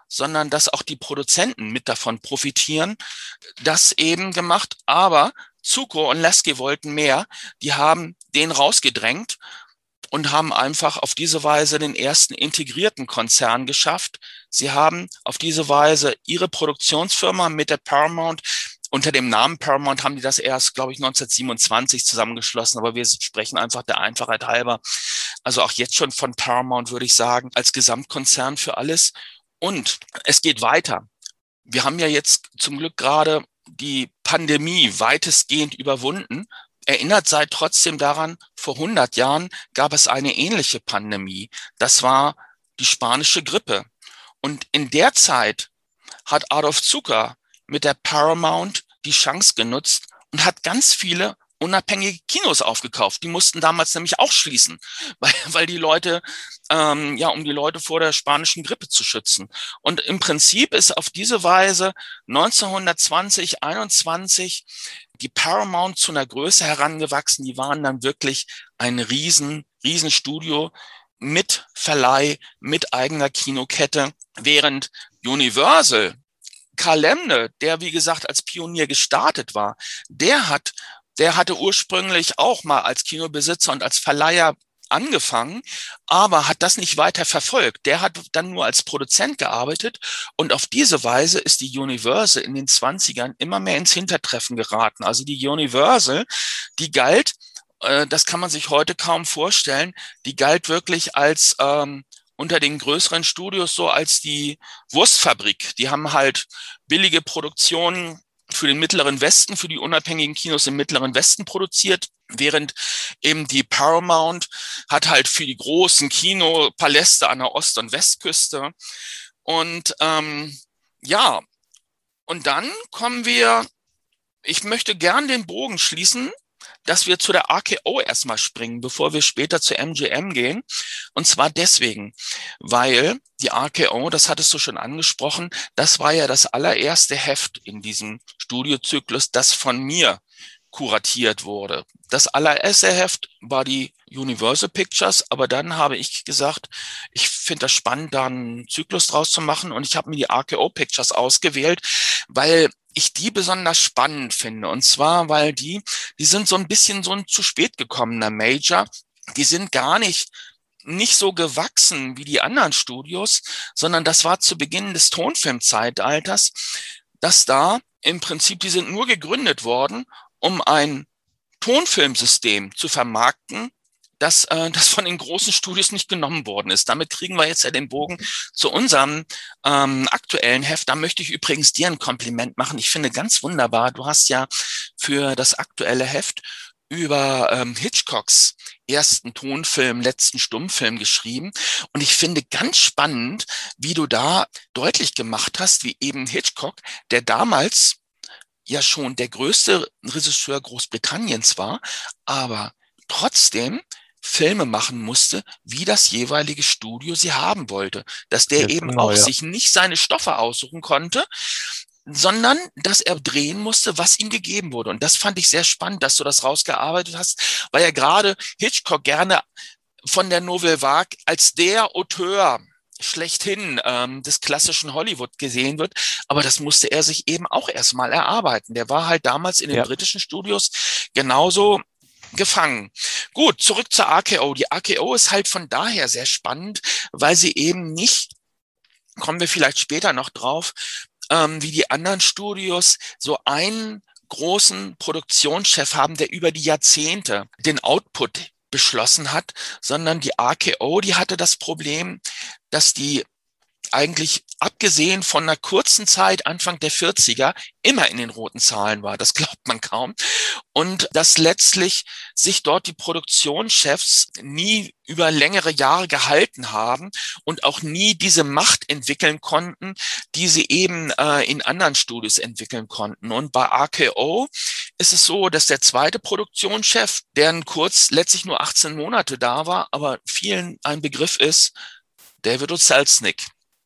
sondern dass auch die Produzenten mit davon profitieren, das eben gemacht. Aber Zuko und Lasky wollten mehr. Die haben den rausgedrängt und haben einfach auf diese Weise den ersten integrierten Konzern geschafft. Sie haben auf diese Weise ihre Produktionsfirma mit der Paramount, unter dem Namen Paramount haben die das erst, glaube ich, neunzehnhundertsiebenundzwanzig zusammengeschlossen, aber wir sprechen einfach der Einfachheit halber. Also auch jetzt schon von Paramount, würde ich sagen, als Gesamtkonzern für alles. Und es geht weiter. Wir haben ja jetzt zum Glück gerade die Pandemie weitestgehend überwunden. Erinnert seid trotzdem daran, vor hundert Jahren gab es eine ähnliche Pandemie. Das war die spanische Grippe. Und in der Zeit hat Adolf Zucker mit der Paramount die Chance genutzt und hat ganz viele unabhängige Kinos aufgekauft. Die mussten damals nämlich auch schließen, weil, weil die Leute, ähm, ja, um die Leute vor der spanischen Grippe zu schützen. Und im Prinzip ist auf diese Weise neunzehnhundertzwanzig, einundzwanzig die Paramount zu einer Größe herangewachsen. Die waren dann wirklich ein riesen, riesen Studio mit Verleih, mit eigener Kinokette, während Universal, Karl Lemne, der wie gesagt als Pionier gestartet war, der hat Der hatte ursprünglich auch mal als Kinobesitzer und als Verleiher angefangen, aber hat das nicht weiter verfolgt. Der hat dann nur als Produzent gearbeitet und auf diese Weise ist die Universal in den zwanzigern immer mehr ins Hintertreffen geraten. Also die Universal, die galt, äh, das kann man sich heute kaum vorstellen, die galt wirklich als ähm, unter den größeren Studios so als die Wurstfabrik. Die haben halt billige Produktionen für den Mittleren Westen, für die unabhängigen Kinos im Mittleren Westen produziert, während eben die Paramount hat halt für die großen Kinopaläste an der Ost- und Westküste. Und ähm, ja, und dann kommen wir, ich möchte gern den Bogen schließen, dass wir zu der R K O erstmal springen, bevor wir später zu M G M gehen. Und zwar deswegen, weil die R K O, das hattest du schon angesprochen, das war ja das allererste Heft in diesem Studiozyklus, das von mir kuratiert wurde. Das allererste Heft war die Universal Pictures, aber dann habe ich gesagt, ich finde das spannend, da einen Zyklus draus zu machen und ich habe mir die R K O Pictures ausgewählt, weil ich die besonders spannend finde. Und zwar, weil die, die sind so ein bisschen so ein zu spät gekommener Major. Die sind gar nicht, nicht so gewachsen wie die anderen Studios, sondern das war zu Beginn des Tonfilmzeitalters, dass da im Prinzip, die sind nur gegründet worden, um ein Tonfilmsystem zu vermarkten, das, äh, das von den großen Studios nicht genommen worden ist. Damit kriegen wir jetzt ja den Bogen zu unserem ähm, aktuellen Heft. Da möchte ich übrigens dir ein Kompliment machen. Ich finde ganz wunderbar, du hast ja für das aktuelle Heft über ähm, Hitchcocks ersten Tonfilm, letzten Stummfilm geschrieben. Und ich finde ganz spannend, wie du da deutlich gemacht hast, wie eben Hitchcock, der damals ja schon der größte Regisseur Großbritanniens war, aber trotzdem Filme machen musste, wie das jeweilige Studio sie haben wollte. Dass der Jetzt eben genau, auch ja. sich nicht seine Stoffe aussuchen konnte, sondern dass er drehen musste, was ihm gegeben wurde. Und das fand ich sehr spannend, dass du das rausgearbeitet hast, weil ja gerade Hitchcock gerne von der Nouvelle Vague als der Auteur schlechthin ähm, des klassischen Hollywood gesehen wird. Aber das musste er sich eben auch erstmal erarbeiten. Der war halt damals in den Ja. britischen Studios genauso gefangen. Gut, zurück zur R K O. Die R K O ist halt von daher sehr spannend, weil sie eben nicht, kommen wir vielleicht später noch drauf, ähm, wie die anderen Studios so einen großen Produktionschef haben, der über die Jahrzehnte den Output beschlossen hat, sondern die R K O, die hatte das Problem, dass die eigentlich abgesehen von einer kurzen Zeit, Anfang der vierziger, immer in den roten Zahlen war. Das glaubt man kaum. Und dass letztlich sich dort die Produktionschefs nie über längere Jahre gehalten haben und auch nie diese Macht entwickeln konnten, die sie eben äh, in anderen Studios entwickeln konnten. Und bei R K O ist es so, dass der zweite Produktionschef, der kurz letztlich nur achtzehn Monate da war, aber vielen ein Begriff ist, David O. Selznick.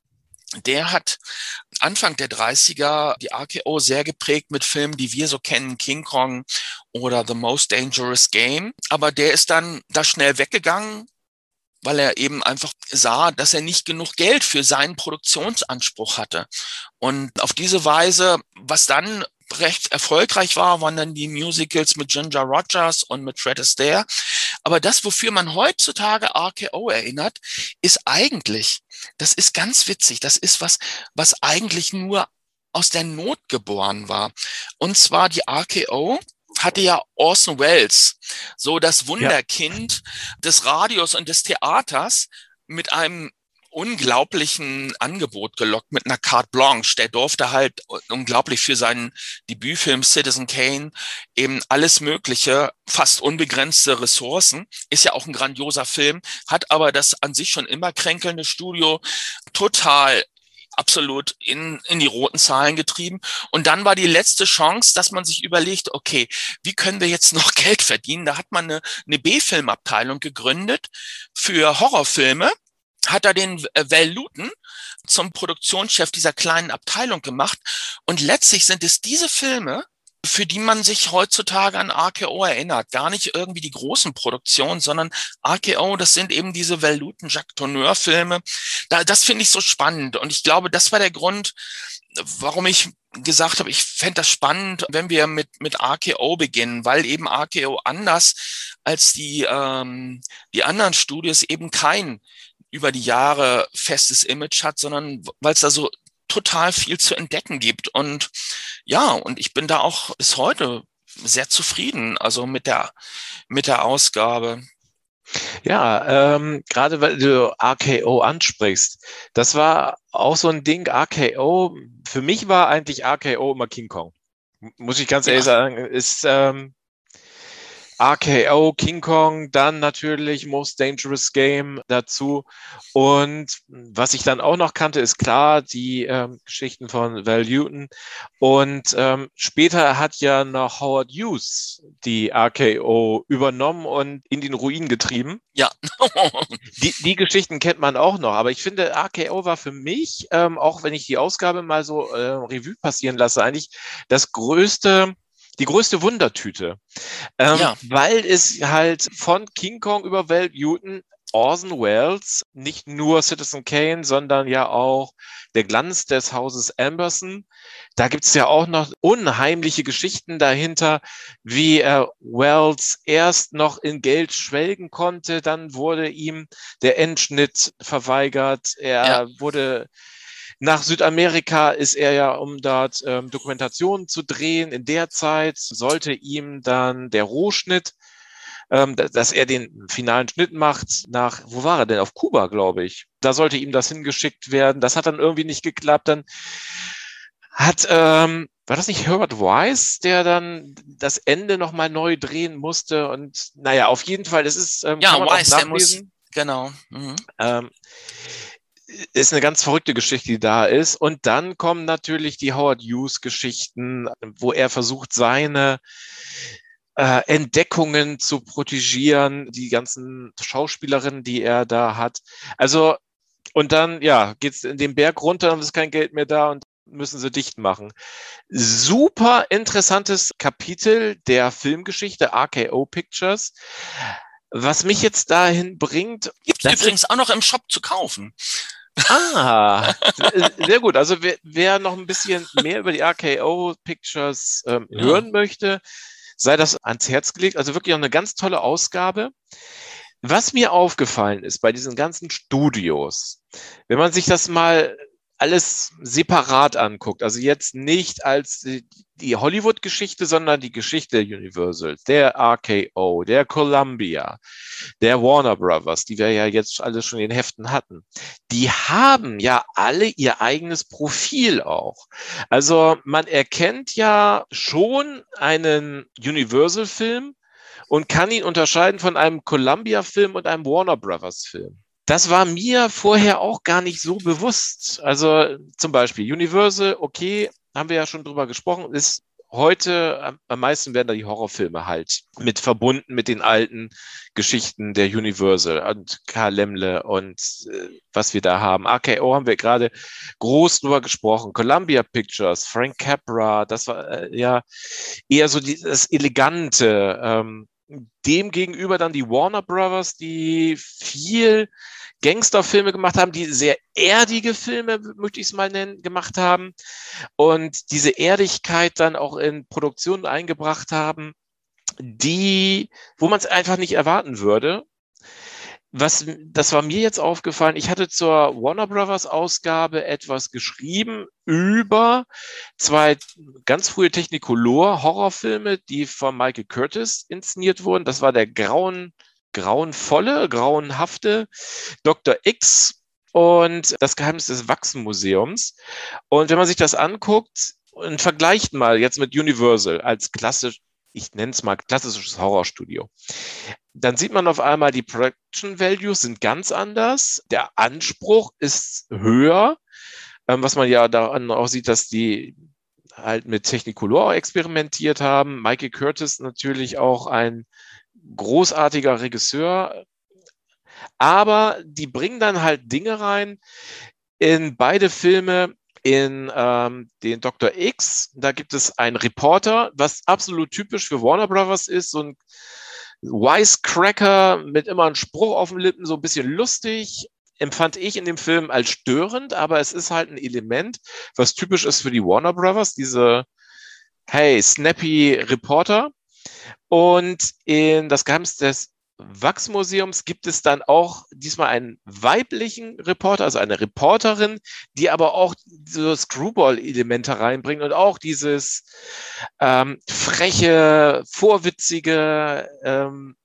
Der hat Anfang der dreißiger die R K O sehr geprägt mit Filmen, die wir so kennen, King Kong oder The Most Dangerous Game. Aber der ist dann da schnell weggegangen, weil er eben einfach sah, dass er nicht genug Geld für seinen Produktionsanspruch hatte. Und auf diese Weise, was dann recht erfolgreich war, waren dann die Musicals mit Ginger Rogers und mit Fred Astaire. Aber das, wofür man heutzutage R K O erinnert, ist eigentlich, das ist ganz witzig, das ist was, was eigentlich nur aus der Not geboren war. Und zwar die R K O hatte ja Orson Welles, so das Wunderkind ja. des Radios und des Theaters, mit einem unglaublichen Angebot gelockt, mit einer Carte Blanche. Der durfte halt unglaublich für seinen Debütfilm Citizen Kane eben alles Mögliche, fast unbegrenzte Ressourcen. Ist ja auch ein grandioser Film, hat aber das an sich schon immer kränkelnde Studio total absolut in, in die roten Zahlen getrieben. Und dann war die letzte Chance, dass man sich überlegt, okay, wie können wir jetzt noch Geld verdienen? Da hat man eine, eine B-Film-Abteilung gegründet für Horrorfilme, hat er den Val Lewton zum Produktionschef dieser kleinen Abteilung gemacht. Und letztlich sind es diese Filme, für die man sich heutzutage an R K O erinnert. Gar nicht irgendwie die großen Produktionen, sondern R K O, das sind eben diese Val Lewton, Jacques Tourneur Filme. Da, das finde ich so spannend. Und ich glaube, das war der Grund, warum ich gesagt habe, ich fände das spannend, wenn wir mit, mit R K O beginnen, weil eben R K O anders als die, ähm, die anderen Studios eben kein über die Jahre festes Image hat, sondern weil es da so total viel zu entdecken gibt. Und ja, und ich bin da auch bis heute sehr zufrieden, also mit der, mit der Ausgabe. Ja, ähm, gerade weil du R K O ansprichst, das war auch so ein Ding, R K O, für mich war eigentlich R K O immer King Kong. Muss ich ganz ehrlich ja. sagen, ist ähm, R K O, King Kong, dann natürlich Most Dangerous Game dazu. Und was ich dann auch noch kannte, ist klar die ähm, Geschichten von Val Lewton. Und ähm, später hat ja noch Howard Hughes die R K O übernommen und in den Ruin getrieben. Ja. die, die Geschichten kennt man auch noch. Aber ich finde, R K O war für mich, ähm, auch wenn ich die Ausgabe mal so äh, Revue passieren lasse, eigentlich das größte Die größte Wundertüte, ähm, ja. weil es halt von King Kong über Val Lewton, Orson Welles, nicht nur Citizen Kane, sondern ja auch der Glanz des Hauses Amberson. Da gibt es ja auch noch unheimliche Geschichten dahinter, wie äh, Welles erst noch in Geld schwelgen konnte, dann wurde ihm der Endschnitt verweigert, er ja. wurde... Nach Südamerika ist er ja, um dort ähm, Dokumentationen zu drehen. In der Zeit sollte ihm dann der Rohschnitt, ähm, dass er den finalen Schnitt macht, nach, wo war er denn? Auf Kuba, glaube ich. Da sollte ihm das hingeschickt werden. Das hat dann irgendwie nicht geklappt. Dann hat, ähm, war das nicht Herbert Wise, der dann das Ende nochmal neu drehen musste? Und naja, auf jeden Fall, das ist, ähm, ja, kann man Wise, auch der muss, nachlesen. genau. Mhm. Ähm, ist eine ganz verrückte Geschichte, die da ist. Und dann kommen natürlich die Howard Hughes-Geschichten, wo er versucht, seine äh, Entdeckungen zu protegieren, die ganzen Schauspielerinnen, die er da hat. Also, und dann, ja, geht's in den Berg runter, dann ist kein Geld mehr da und müssen sie dicht machen. Super interessantes Kapitel der Filmgeschichte, R K O Pictures. Was mich jetzt dahin bringt... Gibt es übrigens auch noch im Shop zu kaufen. Ah, sehr gut. Also wer, wer noch ein bisschen mehr über die R K O Pictures ähm, ja. hören möchte, sei das ans Herz gelegt. Also wirklich auch eine ganz tolle Ausgabe. Was mir aufgefallen ist bei diesen ganzen Studios, wenn man sich das mal alles separat anguckt, also jetzt nicht als die Hollywood-Geschichte, sondern die Geschichte der Universal, der R K O, der Columbia, der Warner Brothers, die wir ja jetzt alle schon in den Heften hatten, die haben ja alle ihr eigenes Profil auch. Also man erkennt ja schon einen Universal-Film und kann ihn unterscheiden von einem Columbia-Film und einem Warner Brothers-Film. Das war mir vorher auch gar nicht so bewusst. Also zum Beispiel Universal, okay, haben wir ja schon drüber gesprochen, ist heute, am meisten werden da die Horrorfilme halt mit verbunden mit den alten Geschichten der Universal und Karl Laemmle und äh, was wir da haben. R K O haben wir gerade groß drüber gesprochen. Columbia Pictures, Frank Capra, das war äh, ja eher so die, das Elegante, ähm, dem gegenüber dann die Warner Brothers, die viel Gangsterfilme gemacht haben, die sehr erdige Filme, möchte ich es mal nennen, gemacht haben und diese Erdigkeit dann auch in Produktionen eingebracht haben, die, wo man es einfach nicht erwarten würde. Was, das war mir jetzt aufgefallen. Ich hatte zur Warner Brothers Ausgabe etwas geschrieben über zwei ganz frühe Technicolor Horrorfilme, die von Michael Curtis inszeniert wurden. Das war der grauen, grauenvolle, grauenhafte Doktor X und das Geheimnis des Wachsmuseums. Und wenn man sich das anguckt und vergleicht mal jetzt mit Universal als klassisch, ich nenne es mal klassisches Horrorstudio, dann sieht man auf einmal, die Production Values sind ganz anders. Der Anspruch ist höher, ähm, was man ja daran auch sieht, dass die halt mit Technicolor experimentiert haben. Michael Curtis natürlich auch ein großartiger Regisseur. Aber die bringen dann halt Dinge rein in beide Filme. In ähm, den Doktor X, da gibt es einen Reporter, was absolut typisch für Warner Brothers ist, so ein Wisecracker mit immer einem Spruch auf den Lippen, so ein bisschen lustig, empfand ich in dem Film als störend, aber es ist halt ein Element, was typisch ist für die Warner Brothers, diese, hey, snappy Reporter. Und in Das Geheimnis des Wachsmuseums gibt es dann auch diesmal einen weiblichen Reporter, also eine Reporterin, die aber auch so Screwball-Elemente reinbringt und auch dieses ähm, freche, vorwitzige ähm,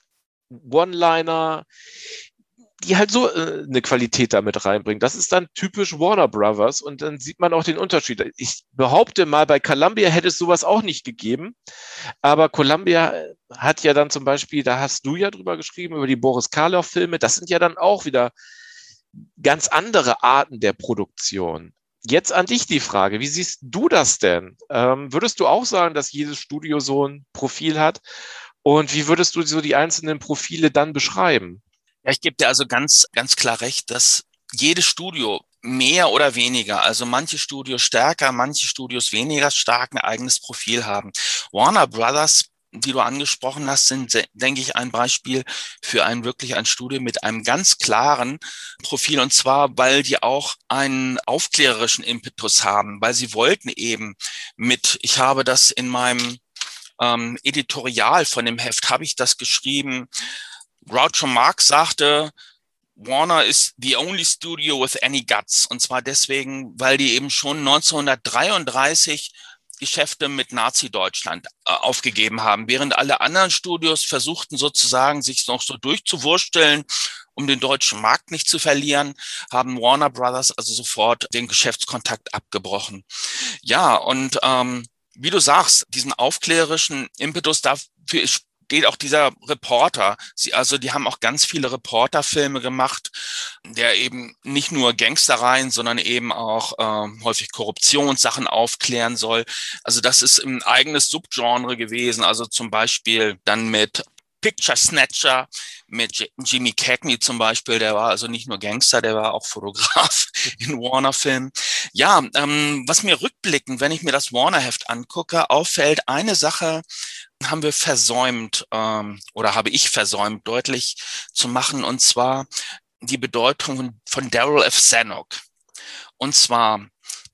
One-Liner, die halt so äh, eine Qualität damit reinbringen. Das ist dann typisch Warner Brothers und dann sieht man auch den Unterschied. Ich behaupte mal, bei Columbia hätte es sowas auch nicht gegeben, aber Columbia hat ja dann zum Beispiel, da hast du ja drüber geschrieben, über die Boris Karloff-Filme, das sind ja dann auch wieder ganz andere Arten der Produktion. Jetzt an dich die Frage, wie siehst du das denn? Ähm, würdest du auch sagen, dass jedes Studio so ein Profil hat? Und wie würdest du so die einzelnen Profile dann beschreiben? Ja, ich gebe dir also ganz, ganz klar recht, dass jedes Studio mehr oder weniger, also manche Studios stärker, manche Studios weniger stark ein eigenes Profil haben. Warner Brothers, die du angesprochen hast, sind, denke ich, ein Beispiel für ein wirklich ein Studio mit einem ganz klaren Profil. Und zwar, weil die auch einen aufklärerischen Impetus haben, weil sie wollten eben mit, ich habe das in meinem ähm, Editorial von dem Heft, habe ich das geschrieben, Groucho Marx sagte, Warner is the only studio with any guts. Und zwar deswegen, weil die eben schon neunzehnhundertdreiunddreißig Geschäfte mit Nazi-Deutschland äh, aufgegeben haben, während alle anderen Studios versuchten sozusagen, sich noch so durchzuwursteln, um den deutschen Markt nicht zu verlieren, haben Warner Brothers also sofort den Geschäftskontakt abgebrochen. Ja, und ähm, wie du sagst, diesen aufklärerischen Impetus dafür ist steht auch dieser Reporter. Sie, also die haben auch ganz viele Reporterfilme gemacht, der eben nicht nur Gangstereien, sondern eben auch ähm, häufig Korruptionssachen aufklären soll. Also das ist ein eigenes Subgenre gewesen. Also zum Beispiel dann mit Picture Snatcher, mit Jimmy Cagney zum Beispiel, der war also nicht nur Gangster, der war auch Fotograf in Warner-Filmen. Ja, ähm, was mir rückblickend, wenn ich mir das Warner-Heft angucke, auffällt, eine Sache haben wir versäumt ähm, oder habe ich versäumt, deutlich zu machen, und zwar die Bedeutung von, von Darryl F. Zanuck. Und zwar,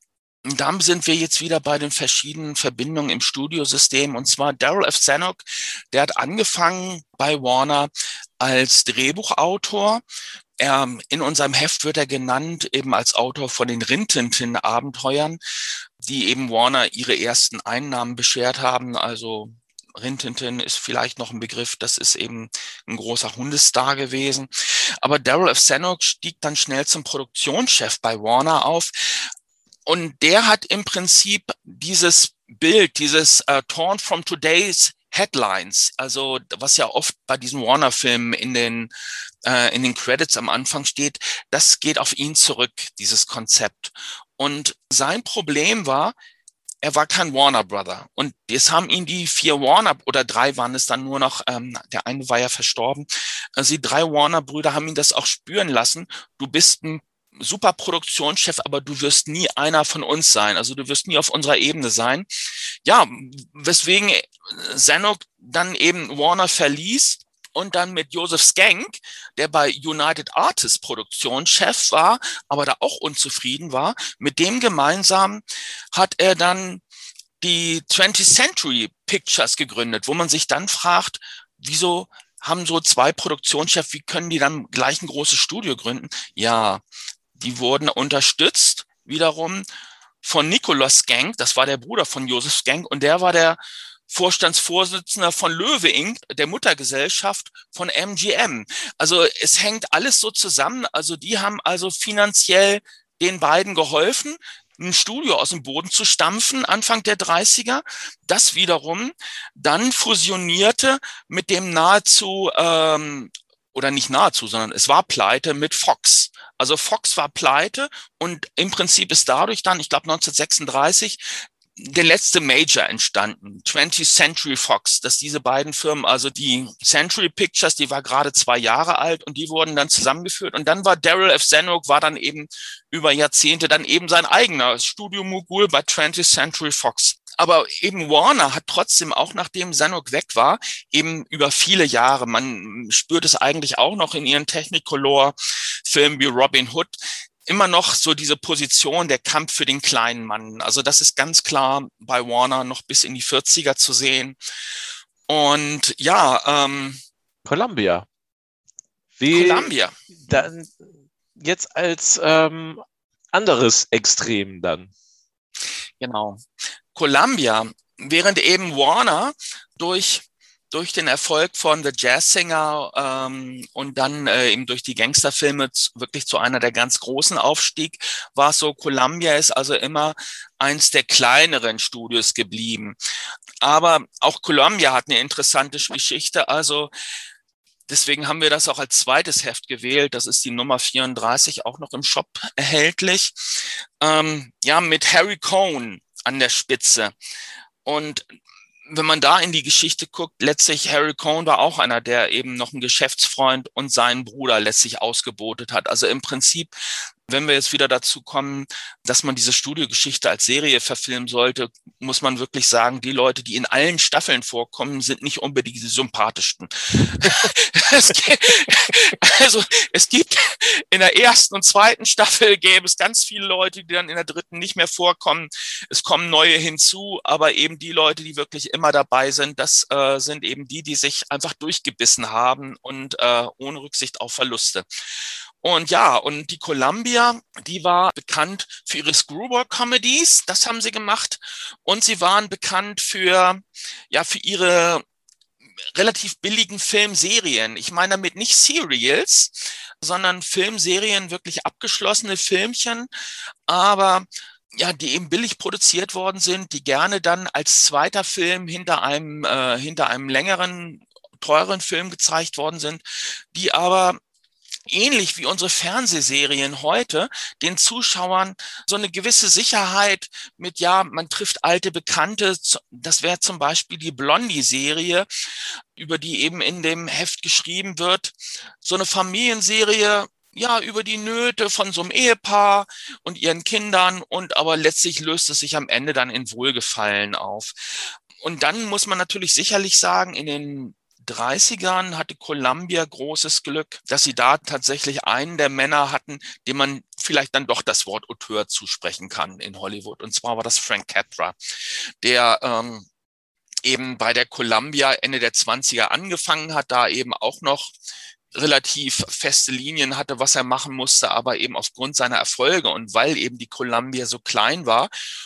da sind wir jetzt wieder bei den verschiedenen Verbindungen im Studiosystem. Und zwar Darryl F. Zanuck, der hat angefangen bei Warner als Drehbuchautor. Er, in unserem Heft wird er genannt eben als Autor von den Rin-Tin-Tin-Abenteuern, die eben Warner ihre ersten Einnahmen beschert haben. Also Rin-Tin-Tin ist vielleicht noch ein Begriff, das ist eben ein großer Hundestar gewesen. Aber Darryl F. Zanuck stieg dann schnell zum Produktionschef bei Warner auf. Und der hat im Prinzip dieses Bild, dieses uh, Torn from Today's Headlines, also was ja oft bei diesen Warner-Filmen in den, äh, in den Credits am Anfang steht, das geht auf ihn zurück, dieses Konzept. Und sein Problem war, er war kein Warner Brother. Und jetzt haben ihn die vier Warner, oder drei waren es dann nur noch, ähm, der eine war ja verstorben, also die drei Warner-Brüder haben ihn das auch spüren lassen. Du bist ein super Produktionschef, aber du wirst nie einer von uns sein. Also du wirst nie auf unserer Ebene sein. ja, weswegen Zanuck dann eben Warner verließ und dann mit Joseph Schenck, der bei United Artists Produktionschef war, aber da auch unzufrieden war, mit dem gemeinsam hat er dann die twentieth Century Pictures gegründet, wo man sich dann fragt, wieso haben so zwei Produktionschefs, wie können die dann gleich ein großes Studio gründen? Ja, die wurden unterstützt wiederum von Nicholas Schenck, das war der Bruder von Joseph Schenck, und der war der Vorstandsvorsitzender von Loewe Incorporated, der Muttergesellschaft von M G M. Also es hängt alles so zusammen. Also die haben also finanziell den beiden geholfen, ein Studio aus dem Boden zu stampfen, Anfang der dreißiger, das wiederum dann fusionierte mit dem nahezu, ähm, oder nicht nahezu, sondern es war pleite mit Fox. Also Fox war pleite und im Prinzip ist dadurch dann, ich glaube neunzehnhundertsechsunddreißig, der letzte Major entstanden, twentieth Century Fox, dass diese beiden Firmen, also die Century Pictures, die war gerade zwei Jahre alt und die wurden dann zusammengeführt und dann war Darryl F. Zanuck, war dann eben über Jahrzehnte dann eben sein eigener Studio-Mogul bei twentieth Century Fox. Aber eben Warner hat trotzdem, auch nachdem Zanuck weg war, eben über viele Jahre, man spürt es eigentlich auch noch in ihren Technicolor-Filmen wie Robin Hood, immer noch so diese Position, der Kampf für den kleinen Mann. Also das ist ganz klar bei Warner noch bis in die vierziger zu sehen. Und ja, ähm, Columbia. Wie Columbia. Dann jetzt als ähm, anderes Extrem dann. Genau. Columbia, während eben Warner durch durch den Erfolg von The Jazz Singer ähm, und dann äh, eben durch die Gangsterfilme wirklich zu einer der ganz großen aufstieg, war es so, Columbia ist also immer eins der kleineren Studios geblieben. Aber auch Columbia hat eine interessante Geschichte, also deswegen haben wir das auch als zweites Heft gewählt. Das ist die Nummer vierunddreißig, auch noch im Shop erhältlich. Ähm, ja, mit Harry Cohn an der Spitze. Und wenn man da in die Geschichte guckt, letztlich Harry Cohn war auch einer, der eben noch einen Geschäftsfreund und seinen Bruder letztlich ausgebotet hat. Also im Prinzip, wenn wir jetzt wieder dazu kommen, dass man diese Studiogeschichte als Serie verfilmen sollte, muss man wirklich sagen, die Leute, die in allen Staffeln vorkommen, sind nicht unbedingt die sympathischsten. es gibt, also es gibt in der ersten und zweiten Staffel gäbe es ganz viele Leute, die dann in der dritten nicht mehr vorkommen. Es kommen neue hinzu, aber eben die Leute, die wirklich immer dabei sind, das äh, sind eben die, die sich einfach durchgebissen haben und äh, ohne Rücksicht auf Verluste. Und ja, und die Columbia, die war bekannt für ihre Screwball-Comedies, das haben sie gemacht. Und sie waren bekannt für, ja, für ihre relativ billigen Filmserien. Ich meine damit nicht Serials, sondern Filmserien, wirklich abgeschlossene Filmchen, aber ja, die eben billig produziert worden sind, die gerne dann als zweiter Film hinter einem, äh, hinter einem längeren, teuren Film gezeigt worden sind, die aber ähnlich wie unsere Fernsehserien heute, den Zuschauern so eine gewisse Sicherheit mit, ja, man trifft alte Bekannte. Das wäre zum Beispiel die Blondie-Serie, über die eben in dem Heft geschrieben wird. So eine Familienserie, ja, über die Nöte von so einem Ehepaar und ihren Kindern, und aber letztlich löst es sich am Ende dann in Wohlgefallen auf. Und dann muss man natürlich sicherlich sagen, in den dreißigern hatte Columbia großes Glück, dass sie da tatsächlich einen der Männer hatten, dem man vielleicht dann doch das Wort Auteur zusprechen kann in Hollywood. Und zwar war das Frank Capra, der ähm, eben bei der Columbia Ende der zwanziger angefangen hat, da eben auch noch relativ feste Linien hatte, was er machen musste, aber eben aufgrund seiner Erfolge und weil eben die Columbia so klein war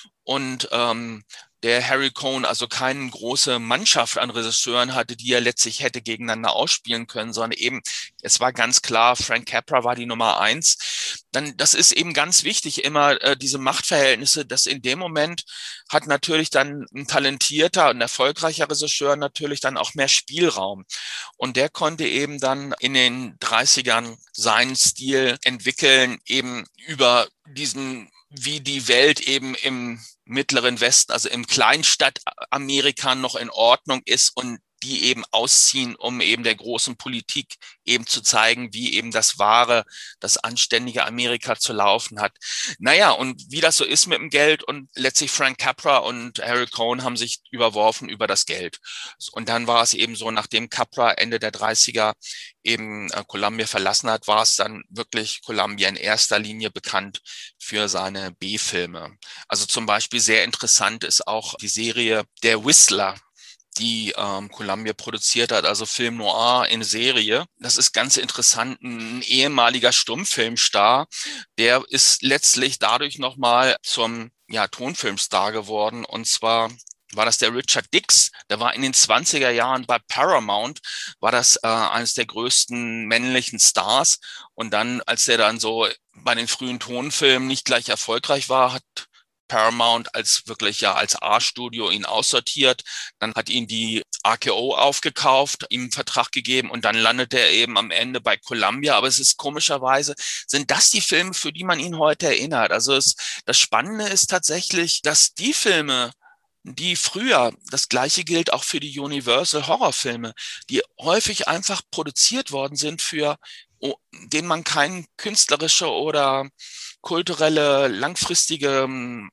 und ähm, der Harry Cohn also keine große Mannschaft an Regisseuren hatte, die er letztlich hätte gegeneinander ausspielen können, sondern eben, es war ganz klar, Frank Capra war die Nummer eins. Dann, das ist eben ganz wichtig, immer äh, diese Machtverhältnisse, dass in dem Moment hat natürlich dann ein talentierter und erfolgreicher Regisseur natürlich dann auch mehr Spielraum. Und der konnte eben dann in den dreißigern seinen Stil entwickeln, eben über diesen, wie die Welt eben im Mittleren Westen, also im Kleinstadt Amerika noch in Ordnung ist und die eben ausziehen, um eben der großen Politik eben zu zeigen, wie eben das wahre, das anständige Amerika zu laufen hat. Naja, und wie das so ist mit dem Geld, und letztlich Frank Capra und Harry Cohn haben sich überworfen über das Geld. Und dann war es eben so, nachdem Capra Ende der dreißiger eben äh, Columbia verlassen hat, war es dann wirklich Columbia in erster Linie bekannt für seine B-Filme. Also zum Beispiel sehr interessant ist auch die Serie Der Whistler, die ähm, Columbia produziert hat, also Film Noir in Serie. Das ist ganz interessant. Ein ehemaliger Stummfilmstar, der ist letztlich dadurch nochmal zum ja, Tonfilmstar geworden. Und zwar war das der Richard Dix. Der war in den zwanziger Jahren bei Paramount, war das äh, eines der größten männlichen Stars. Und dann, als er dann so bei den frühen Tonfilmen nicht gleich erfolgreich war, hat Paramount als wirklich ja als A-Studio ihn aussortiert. Dann hat ihn die R K O aufgekauft, ihm einen Vertrag gegeben und dann landet er eben am Ende bei Columbia. Aber es ist komischerweise, sind das die Filme, für die man ihn heute erinnert? Also es, das Spannende ist tatsächlich, dass die Filme, die früher, das Gleiche gilt auch für die Universal Horrorfilme, die häufig einfach produziert worden sind, für denen man keine künstlerische oder kulturelle, langfristige ähm,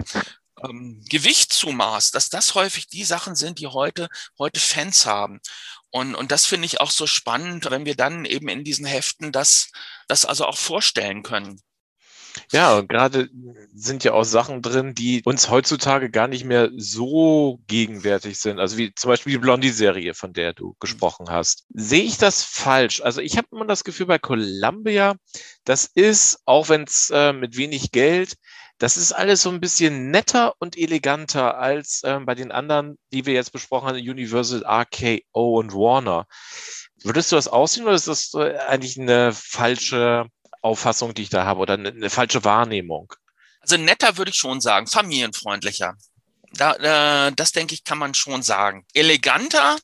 Gewicht zumaßt, dass das häufig die Sachen sind, die heute, heute Fans haben. Und, und das finde ich auch so spannend, wenn wir dann eben in diesen Heften das, das also auch vorstellen können. Ja, und gerade sind ja auch Sachen drin, die uns heutzutage gar nicht mehr so gegenwärtig sind. Also wie zum Beispiel die Blondie-Serie, von der du gesprochen hast. Sehe ich das falsch? Also ich habe immer das Gefühl bei Columbia, das ist, auch wenn es äh, mit wenig Geld, das ist alles so ein bisschen netter und eleganter als äh, bei den anderen, die wir jetzt besprochen haben, Universal, R K O und Warner. Würdest du das aussehen oder ist das äh, eigentlich eine falsche Auffassung, die ich da habe, oder eine, eine falsche Wahrnehmung? Also netter würde ich schon sagen, familienfreundlicher. Da, äh, das denke ich, kann man schon sagen. Eleganter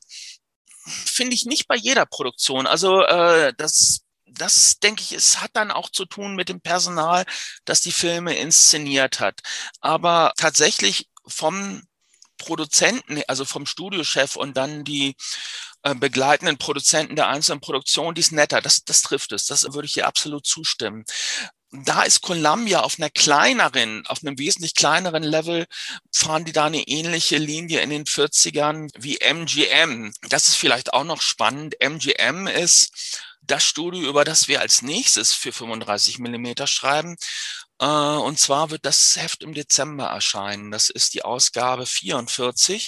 finde ich nicht bei jeder Produktion. Also äh, das, das denke ich, es hat dann auch zu tun mit dem Personal, das die Filme inszeniert hat. Aber tatsächlich vom Produzenten, also vom Studiochef und dann die äh, begleitenden Produzenten der einzelnen Produktionen, die ist netter. Das, das trifft es. Das würde ich hier absolut zustimmen. Da ist Columbia auf einer kleineren, auf einem wesentlich kleineren Level, fahren die da eine ähnliche Linie in den vierzigern wie M G M. Das ist vielleicht auch noch spannend. M G M ist das Studio, über das wir als nächstes für fünfunddreißig Millimeter schreiben. Und zwar wird das Heft im Dezember erscheinen. Das ist die Ausgabe vierundvierzig.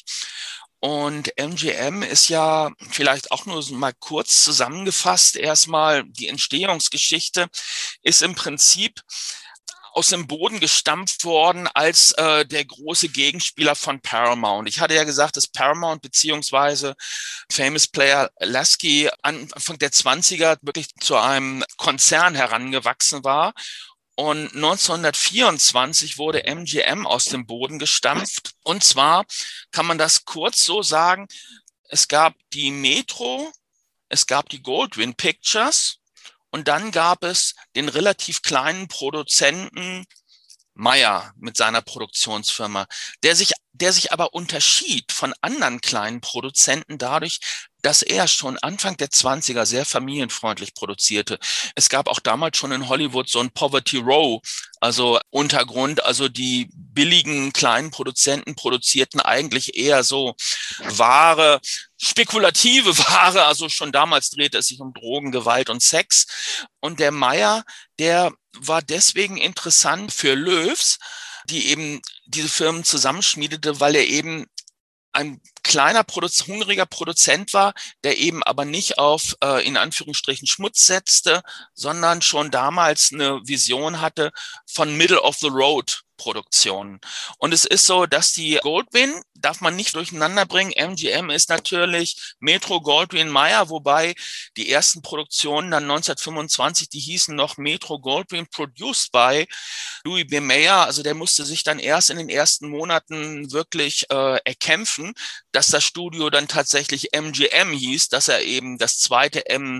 Und M G M ist ja vielleicht auch nur mal kurz zusammengefasst. Erstmal die Entstehungsgeschichte ist im Prinzip aus dem Boden gestampft worden als äh, der große Gegenspieler von Paramount. Ich hatte ja gesagt, dass Paramount beziehungsweise Famous Player Lasky Anfang der zwanziger wirklich zu einem Konzern herangewachsen war. Und neunzehnhundertvierundzwanzig wurde M G M aus dem Boden gestampft. Und zwar kann man das kurz so sagen, es gab die Metro, es gab die Goldwyn Pictures und dann gab es den relativ kleinen Produzenten Meyer mit seiner Produktionsfirma, der sich, der sich aber unterschied von anderen kleinen Produzenten dadurch, dass er schon Anfang der zwanziger sehr familienfreundlich produzierte. Es gab auch damals schon in Hollywood so ein Poverty Row, also Untergrund, also die billigen kleinen Produzenten produzierten eigentlich eher so Ware, spekulative Ware, also schon damals drehte es sich um Drogen, Gewalt und Sex. Und der Meyer, der war deswegen interessant für Loews, die eben diese Firmen zusammenschmiedete, weil er eben ein kleiner, Produz- hungriger Produzent war, der eben aber nicht auf, äh, in Anführungsstrichen, Schmutz setzte, sondern schon damals eine Vision hatte von Middle-of-the-Road Produktionen. Und es ist so, dass die Goldwyn, darf man nicht durcheinander bringen, M G M ist natürlich Metro Goldwyn Mayer, wobei die ersten Produktionen dann neunzehnhundertfünfundzwanzig, die hießen noch Metro Goldwyn Produced by Louis B. Mayer, also der musste sich dann erst in den ersten Monaten wirklich äh, erkämpfen, dass das Studio dann tatsächlich M G M hieß, dass er eben das zweite M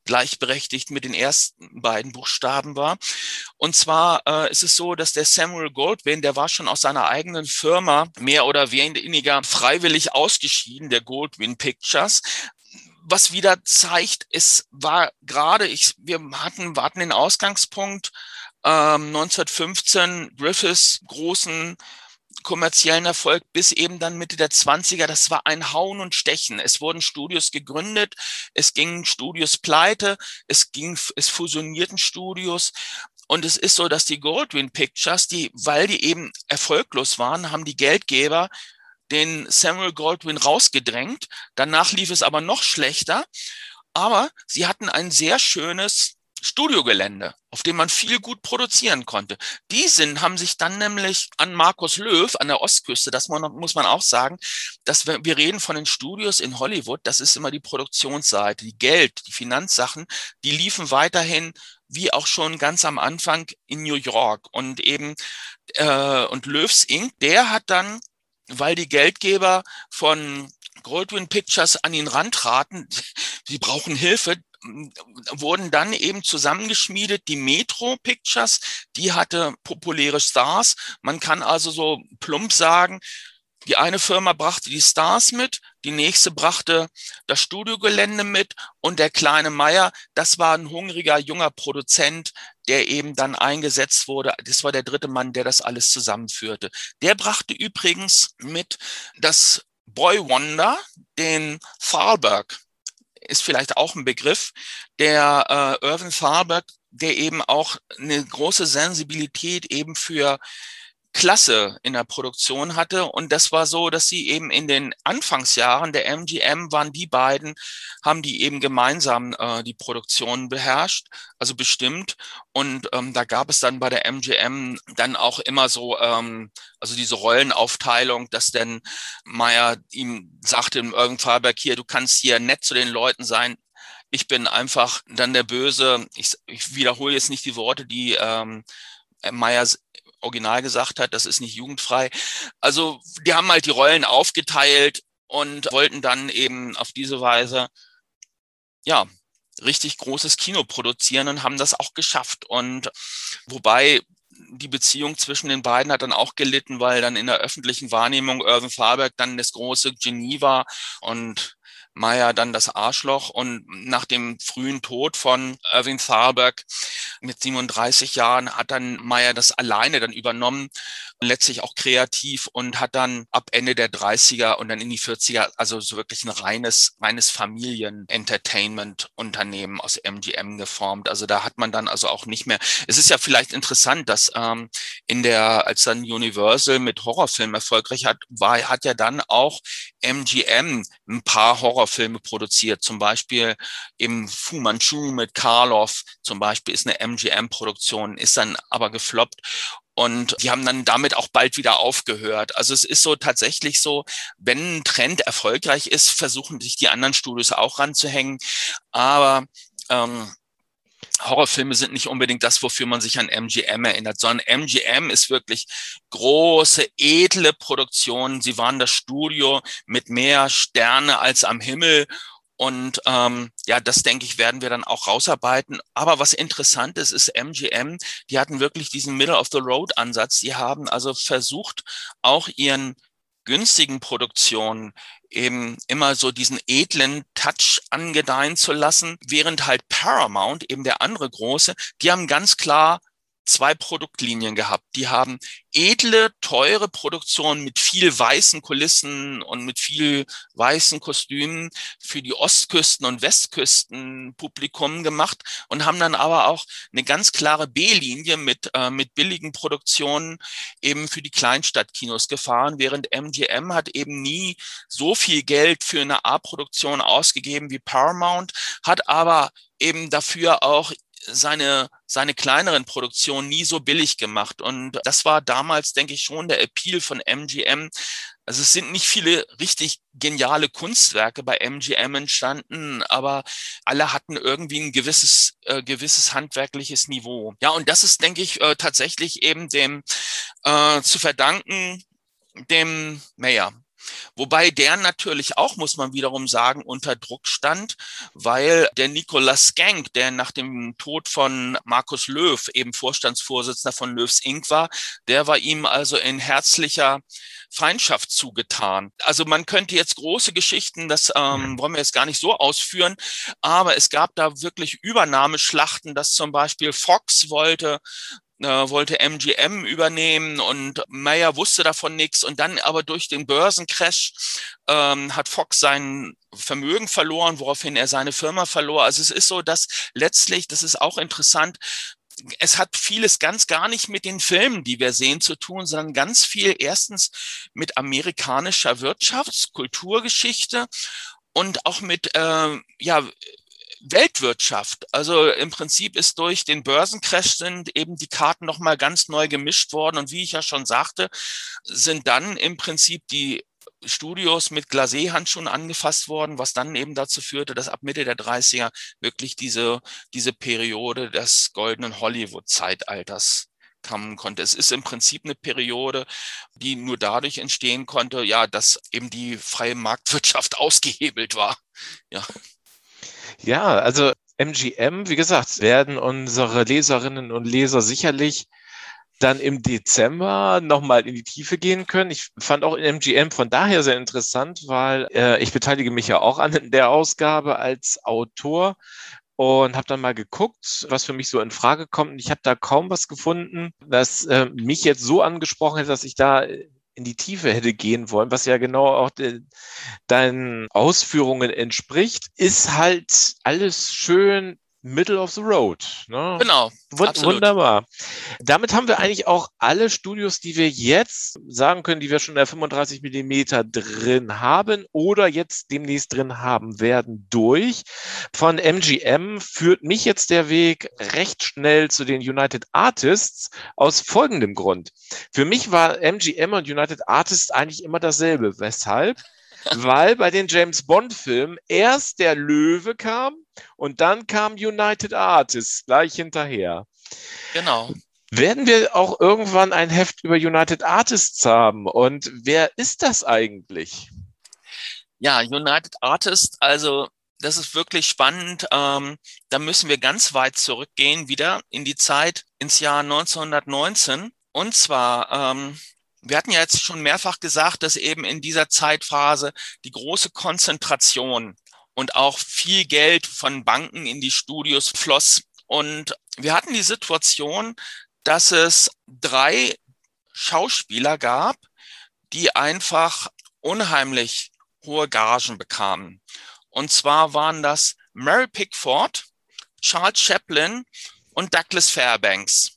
gleichberechtigt mit den ersten beiden Buchstaben war. Und zwar äh, ist es so, dass der Samuel Goldwyn, der war schon aus seiner eigenen Firma mehr oder weniger freiwillig ausgeschieden, der Goldwyn Pictures. Was wieder zeigt, es war gerade, ich, wir hatten, warten den Ausgangspunkt, ähm, neunzehnhundertfünfzehn Griffiths großen kommerziellen Erfolg bis eben dann Mitte der Zwanziger. Das war ein Hauen und Stechen. Es wurden Studios gegründet, es gingen Studios pleite, es ging, es fusionierten Studios. Und es ist so, dass die Goldwyn Pictures, die, weil die eben erfolglos waren, haben die Geldgeber den Samuel Goldwyn rausgedrängt. Danach lief es aber noch schlechter. Aber sie hatten ein sehr schönes Studiogelände, auf dem man viel gut produzieren konnte. Die sind, haben sich dann nämlich an Markus Löw an der Ostküste, das muss man auch sagen, dass wir, wir reden von den Studios in Hollywood, das ist immer die Produktionsseite, die Geld, die Finanzsachen, die liefen weiterhin wie auch schon ganz am Anfang in New York. Und eben, äh, und Löws Incorporated, der hat dann, weil die Geldgeber von Goldwyn Pictures an ihn rantraten, sie brauchen Hilfe, wurden dann eben zusammengeschmiedet. Die Metro Pictures, die hatte populäre Stars. Man kann also so plump sagen, die eine Firma brachte die Stars mit, die nächste brachte das Studiogelände mit und der kleine Meyer, das war ein hungriger junger Produzent, der eben dann eingesetzt wurde. Das war der dritte Mann, der das alles zusammenführte. Der brachte übrigens mit das Boy Wonder, den Thalberg, ist vielleicht auch ein Begriff, der äh, Irving Thalberg, der eben auch eine große Sensibilität eben für Klasse in der Produktion hatte. Und das war so, dass sie eben in den Anfangsjahren der M G M waren die beiden, haben die eben gemeinsam äh, die Produktion beherrscht, also bestimmt. Und ähm, da gab es dann bei der M G M dann auch immer so, ähm, also diese Rollenaufteilung, dass dann Meyer ihm sagte, Irving Thalberg, hier, du kannst hier nett zu den Leuten sein. Ich bin einfach dann der Böse. Ich, ich wiederhole jetzt nicht die Worte, die ähm, Meyer original gesagt hat, das ist nicht jugendfrei. Also die haben halt die Rollen aufgeteilt und wollten dann eben auf diese Weise, ja, richtig großes Kino produzieren und haben das auch geschafft. Und wobei die Beziehung zwischen den beiden hat dann auch gelitten, weil dann in der öffentlichen Wahrnehmung Irving Thalberg dann das große Genie war und Meyer dann das Arschloch. Und nach dem frühen Tod von Irving Thalberg mit siebenunddreißig Jahren hat dann Meyer das alleine dann übernommen, letztlich auch kreativ, und hat dann ab Ende der dreißiger und dann in die vierziger, also so wirklich ein reines, reines Familien-Entertainment-Unternehmen aus M G M geformt. Also da hat man dann also auch nicht mehr, es ist ja vielleicht interessant, dass ähm, in der, als dann Universal mit Horrorfilmen erfolgreich hat, war, hat ja dann auch M G M ein paar Horrorfilme produziert, zum Beispiel im Fu Manchu mit Karloff, zum Beispiel ist eine M G M-Produktion, ist dann aber gefloppt. Und die haben dann damit auch bald wieder aufgehört. Also es ist so tatsächlich so, wenn ein Trend erfolgreich ist, versuchen sich die anderen Studios auch ranzuhängen. Aber ähm, Horrorfilme sind nicht unbedingt das, wofür man sich an M G M erinnert, sondern M G M ist wirklich große, edle Produktionen. Sie waren das Studio mit mehr Sterne als am Himmel. Und ähm, ja, das, denke ich, werden wir dann auch rausarbeiten. Aber was interessant ist, ist M G M, die hatten wirklich diesen Middle-of-the-Road-Ansatz. Die haben also versucht, auch ihren günstigen Produktionen eben immer so diesen edlen Touch angedeihen zu lassen, während halt Paramount, eben der andere große, die haben ganz klar zwei Produktlinien gehabt. Die haben edle, teure Produktionen mit viel weißen Kulissen und mit viel weißen Kostümen für die Ostküsten- und Westküsten-Publikum gemacht und haben dann aber auch eine ganz klare B-Linie mit, äh, mit billigen Produktionen eben für die Kleinstadtkinos gefahren, während M G M hat eben nie so viel Geld für eine A-Produktion ausgegeben wie Paramount, hat aber eben dafür auch seine, seine kleineren Produktionen nie so billig gemacht. Und das war damals, denke ich, schon der Appeal von M G M. Also es sind nicht viele richtig geniale Kunstwerke bei M G M entstanden, aber alle hatten irgendwie ein gewisses, äh, gewisses handwerkliches Niveau. Ja, und das ist, denke ich, äh, tatsächlich eben dem äh, zu verdanken, dem Mayer. Wobei der natürlich auch, muss man wiederum sagen, unter Druck stand, weil der Nicolas Skank, der nach dem Tod von Markus Löw eben Vorstandsvorsitzender von Löws Incorporated war, der war ihm also in herzlicher Feindschaft zugetan. Also man könnte jetzt große Geschichten, das ähm, wollen wir jetzt gar nicht so ausführen, aber es gab da wirklich Übernahmeschlachten, dass zum Beispiel Fox wollte, äh, wollte M G M übernehmen und Mayer wusste davon nichts und dann aber durch den Börsencrash ähm, hat Fox sein Vermögen verloren, woraufhin er seine Firma verlor. Also es ist so, dass letztlich, das ist auch interessant, es hat vieles ganz gar nicht mit den Filmen, die wir sehen, zu tun, sondern ganz viel erstens mit amerikanischer Wirtschafts-, Kulturgeschichte und auch mit äh, ja, Weltwirtschaft. Also im Prinzip ist durch den Börsencrash sind eben die Karten nochmal ganz neu gemischt worden. Und wie ich ja schon sagte, sind dann im Prinzip die Studios mit Glacé-Handschuhen angefasst worden, was dann eben dazu führte, dass ab Mitte der dreißiger wirklich diese, diese Periode des goldenen Hollywood-Zeitalters kommen konnte. Es ist im Prinzip eine Periode, die nur dadurch entstehen konnte, ja, dass eben die freie Marktwirtschaft ausgehebelt war. Ja. Ja, also M G M, wie gesagt, werden unsere Leserinnen und Leser sicherlich dann im Dezember nochmal in die Tiefe gehen können. Ich fand auch M G M von daher sehr interessant, weil äh, ich beteilige mich ja auch an der Ausgabe als Autor und habe dann mal geguckt, was für mich so in Frage kommt. Und ich habe da kaum was gefunden, das äh, mich jetzt so angesprochen hätte, dass ich da in die Tiefe hätte gehen wollen, was ja genau auch de, deinen Ausführungen entspricht, ist halt alles schön middle of the road. Ne? Genau, Wund- absolut. Wunderbar. Damit haben wir eigentlich auch alle Studios, die wir jetzt sagen können, die wir schon in der fünfunddreißig Millimeter drin haben oder jetzt demnächst drin haben werden, durch. Von M G M führt mich jetzt der Weg recht schnell zu den United Artists aus folgendem Grund. Für mich war M G M und United Artists eigentlich immer dasselbe. Weshalb? Weil bei den James Bond-Filmen erst der Löwe kam und dann kam United Artists gleich hinterher. Genau. Werden wir auch irgendwann ein Heft über United Artists haben? Und wer ist das eigentlich? Ja, United Artists, also das ist wirklich spannend. Ähm, da müssen wir ganz weit zurückgehen, wieder in die Zeit, ins Jahr neunzehnhundertneunzehn. Und zwar, ähm, wir hatten ja jetzt schon mehrfach gesagt, dass eben in dieser Zeitphase die große Konzentration und auch viel Geld von Banken in die Studios floss. Und wir hatten die Situation, dass es drei Schauspieler gab, die einfach unheimlich hohe Gagen bekamen. Und zwar waren das Mary Pickford, Charles Chaplin und Douglas Fairbanks.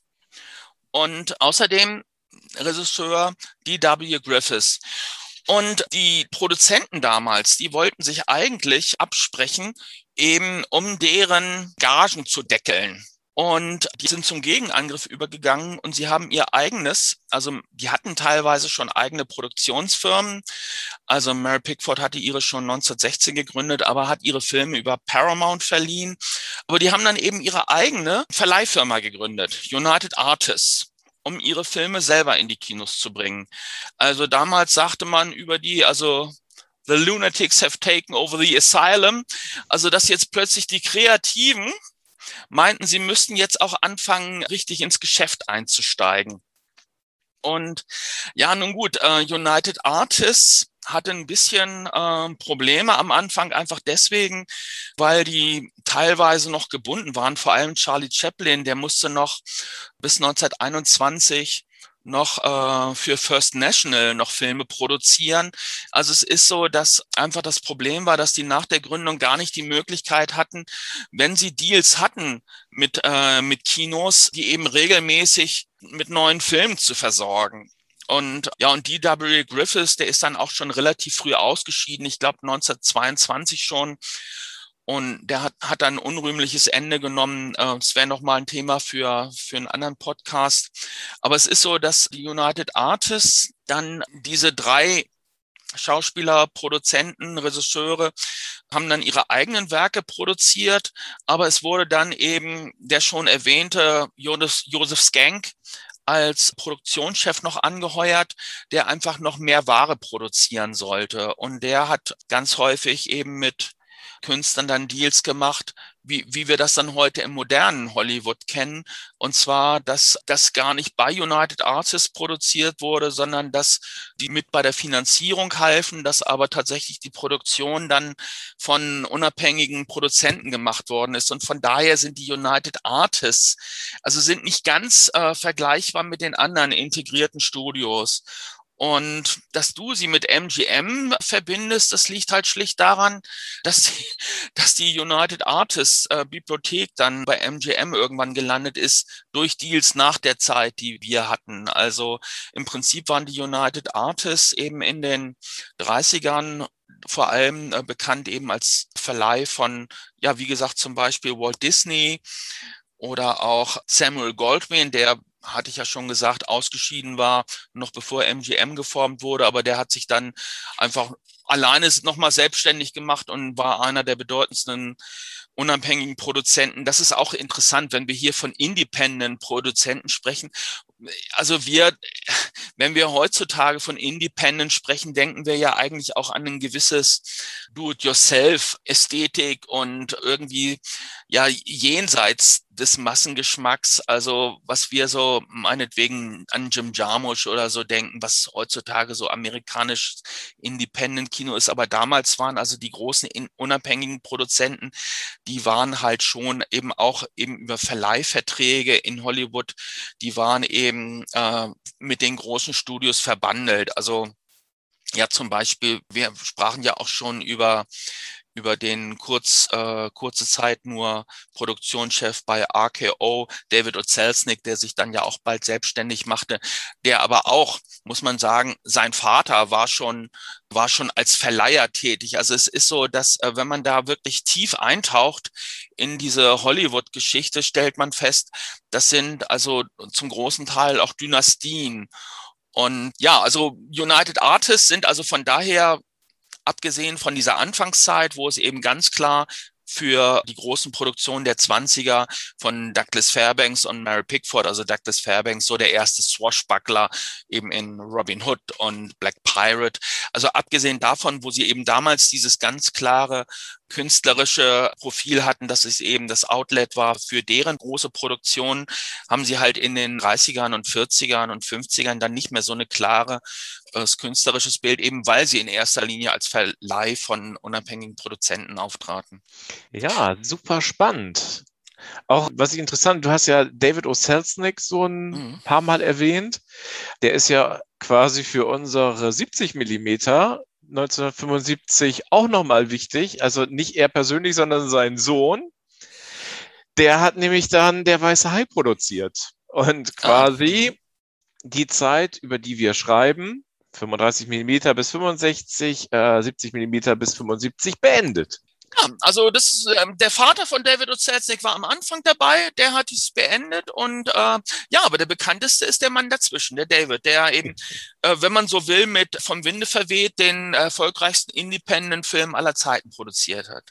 Und außerdem Regisseur D W Griffiths. Und die Produzenten damals, die wollten sich eigentlich absprechen, eben um deren Gagen zu deckeln. Und die sind zum Gegenangriff übergegangen und sie haben ihr eigenes, also die hatten teilweise schon eigene Produktionsfirmen. Also Mary Pickford hatte ihre schon neunzehnhundertsechzehn gegründet, aber hat ihre Filme über Paramount verliehen. Aber die haben dann eben ihre eigene Verleihfirma gegründet, United Artists, um ihre Filme selber in die Kinos zu bringen. Also damals sagte man über die, also The Lunatics have taken over the asylum, also dass jetzt plötzlich die Kreativen meinten, sie müssten jetzt auch anfangen, richtig ins Geschäft einzusteigen. Und ja, nun gut, uh, United Artists hatte ein bisschen äh, Probleme am Anfang, einfach deswegen, weil die teilweise noch gebunden waren, vor allem Charlie Chaplin, der musste noch bis neunzehnhunderteinundzwanzig noch äh, für First National noch Filme produzieren. Also es ist so, dass einfach das Problem war, dass die nach der Gründung gar nicht die Möglichkeit hatten, wenn sie Deals hatten mit, äh, mit Kinos, die eben regelmäßig mit neuen Filmen zu versorgen. Und ja, und D W Griffiths, der ist dann auch schon relativ früh ausgeschieden, ich glaube neunzehnhundertzweiundzwanzig schon. Und der hat, hat dann ein unrühmliches Ende genommen. Es wäre nochmal ein Thema für, für einen anderen Podcast. Aber es ist so, dass die United Artists dann diese drei Schauspieler, Produzenten, Regisseure haben dann ihre eigenen Werke produziert. Aber es wurde dann eben der schon erwähnte Joseph, Joseph Skank als Produktionschef noch angeheuert, der einfach noch mehr Ware produzieren sollte. Und der hat ganz häufig eben mit Künstlern dann Deals gemacht, wie, wie wir das dann heute im modernen Hollywood kennen. Und zwar, dass das gar nicht bei United Artists produziert wurde, sondern dass die mit bei der Finanzierung halfen, dass aber tatsächlich die Produktion dann von unabhängigen Produzenten gemacht worden ist. Und von daher sind die United Artists, also sind nicht ganz äh, vergleichbar mit den anderen integrierten Studios. Und dass du sie mit M G M verbindest, das liegt halt schlicht daran, dass die, dass die United Artists äh, Bibliothek dann bei M G M irgendwann gelandet ist durch Deals nach der Zeit, die wir hatten. Also im Prinzip waren die United Artists eben in den dreißigern vor allem äh, bekannt eben als Verleih von, ja, wie gesagt, zum Beispiel Walt Disney oder auch Samuel Goldwyn, der, hatte ich ja schon gesagt, ausgeschieden war, noch bevor M G M geformt wurde, aber der hat sich dann einfach alleine nochmal selbstständig gemacht und war einer der bedeutendsten unabhängigen Produzenten. Das ist auch interessant, wenn wir hier von Independent-Produzenten sprechen. Also wir, wenn wir heutzutage von Independent sprechen, denken wir ja eigentlich auch an ein gewisses Do-it-yourself-Ästhetik und irgendwie ja jenseits des Massengeschmacks, also was wir so meinetwegen an Jim Jarmusch oder so denken, was heutzutage so amerikanisch Independent-Kino ist. Aber damals waren also die großen unabhängigen Produzenten, die waren halt schon eben auch eben über Verleihverträge in Hollywood, die waren eben äh, mit den großen Studios verbandelt. Also ja, zum Beispiel, wir sprachen ja auch schon über über den kurz äh, kurze Zeit nur Produktionschef bei R K O, David O. Selznick, der sich dann ja auch bald selbstständig machte, der aber auch, muss man sagen, sein Vater war schon war schon als Verleiher tätig. Also es ist so, dass äh, wenn man da wirklich tief eintaucht in diese Hollywood-Geschichte, stellt man fest, das sind also zum großen Teil auch Dynastien. Und ja, also United Artists sind also von daher, abgesehen von dieser Anfangszeit, wo es eben ganz klar für die großen Produktionen der Zwanziger von Douglas Fairbanks und Mary Pickford, also Douglas Fairbanks, so der erste Swashbuckler eben in Robin Hood und Black Pirate. Also abgesehen davon, wo sie eben damals dieses ganz klare künstlerische Profil hatten, dass es eben das Outlet war für deren große Produktion, haben sie halt in den dreißigern und vierzigern und fünfzigern dann nicht mehr so eine klare äh, künstlerisches Bild, eben weil sie in erster Linie als Verleih von unabhängigen Produzenten auftraten. Ja, super spannend. Auch, was ich interessant, du hast ja David O. Selznick so ein mhm. paar Mal erwähnt. Der ist ja quasi für unsere siebzig Millimeter neunzehnhundertfünfundsiebzig auch nochmal wichtig. Also nicht er persönlich, sondern sein Sohn. Der hat nämlich dann Der Weiße Hai produziert. Und quasi ah. die Zeit, über die wir schreiben, fünfunddreißig Millimeter bis fünfundsechzig, äh, siebzig Millimeter bis fünfundsiebzig, beendet. Ja, also das, äh, der Vater von David O. Selznick war am Anfang dabei, der hat es beendet und äh, ja, aber der bekannteste ist der Mann dazwischen, der David, der eben, äh, wenn man so will, mit Vom Winde verweht den erfolgreichsten Independent-Film aller Zeiten produziert hat.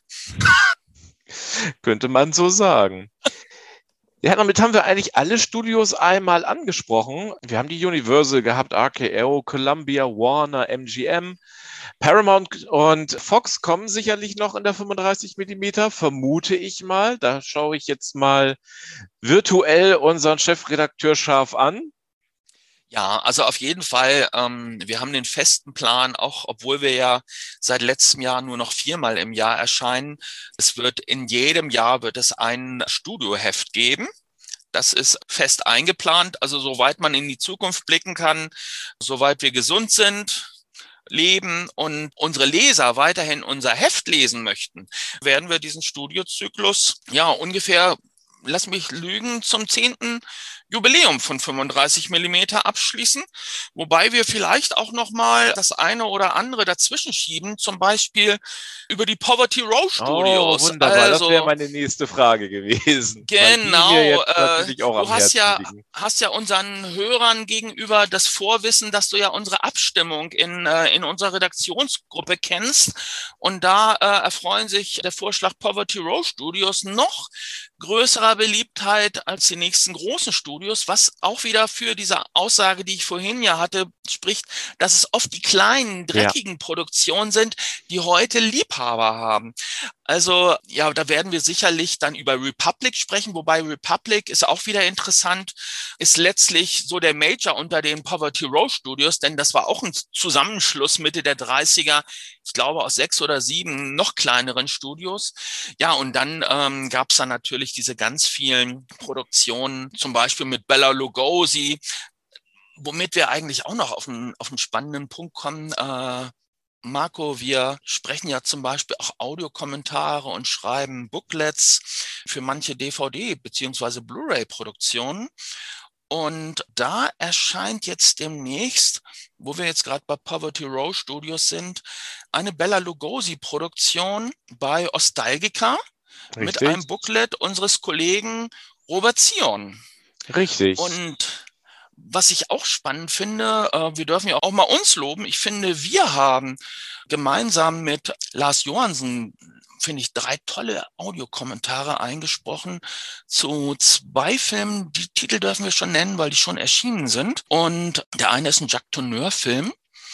Könnte man so sagen. Ja, damit haben wir eigentlich alle Studios einmal angesprochen. Wir haben die Universal gehabt, R K O, Columbia, Warner, M G M. Paramount und Fox kommen sicherlich noch in der fünfunddreißig Millimeter, vermute ich mal. Da schaue ich jetzt mal virtuell unseren Chefredakteur scharf an. Ja, also auf jeden Fall. Ähm, wir haben den festen Plan, auch obwohl wir ja seit letztem Jahr nur noch viermal im Jahr erscheinen. Es wird in jedem Jahr wird es ein Studioheft geben. Das ist fest eingeplant. Also soweit man in die Zukunft blicken kann, soweit wir gesund sind, leben und unsere Leser weiterhin unser Heft lesen möchten, werden wir diesen Studiozyklus ja ungefähr, lass mich lügen, zum zehnten Jubiläum von fünfunddreißig Millimeter abschließen, wobei wir vielleicht auch noch mal das eine oder andere dazwischen schieben, zum Beispiel über die Poverty Row Studios. Oh, wunderbar, also, das wäre meine nächste Frage gewesen. Genau, äh, du hast ja, hast ja unseren Hörern gegenüber das Vorwissen, dass du ja unsere Abstimmung in, äh, in unserer Redaktionsgruppe kennst und da äh, erfreuen sich der Vorschlag Poverty Row Studios noch größerer Beliebtheit als die nächsten großen Studios. Studios, was auch wieder für diese Aussage, die ich vorhin ja hatte, spricht, dass es oft die kleinen, dreckigen ja. Produktionen sind, die heute Liebhaber haben. Also ja, da werden wir sicherlich dann über Republic sprechen, wobei Republic ist auch wieder interessant, ist letztlich so der Major unter den Poverty Row Studios, denn das war auch ein Zusammenschluss Mitte der dreißiger, ich glaube aus sechs oder sieben noch kleineren Studios. Ja, und dann ähm, gab es dann natürlich diese ganz vielen Produktionen, zum Beispiel mit Bela Lugosi, womit wir eigentlich auch noch auf einen, auf einen spannenden Punkt kommen. Äh, Marco, wir sprechen ja zum Beispiel auch Audiokommentare und schreiben Booklets für manche D V D- bzw. Blu-ray-Produktionen. Und da erscheint jetzt demnächst, wo wir jetzt gerade bei Poverty Row Studios sind, eine Bela Lugosi-Produktion bei Ostalgica mit einem Booklet unseres Kollegen Robert Zion. Richtig. Und was ich auch spannend finde, äh, wir dürfen ja auch mal uns loben. Ich finde, wir haben gemeinsam mit Lars Johansen, finde ich, drei tolle Audiokommentare eingesprochen zu zwei Filmen. Die Titel dürfen wir schon nennen, weil die schon erschienen sind. Und der eine ist ein Jacques Tourneur-Film.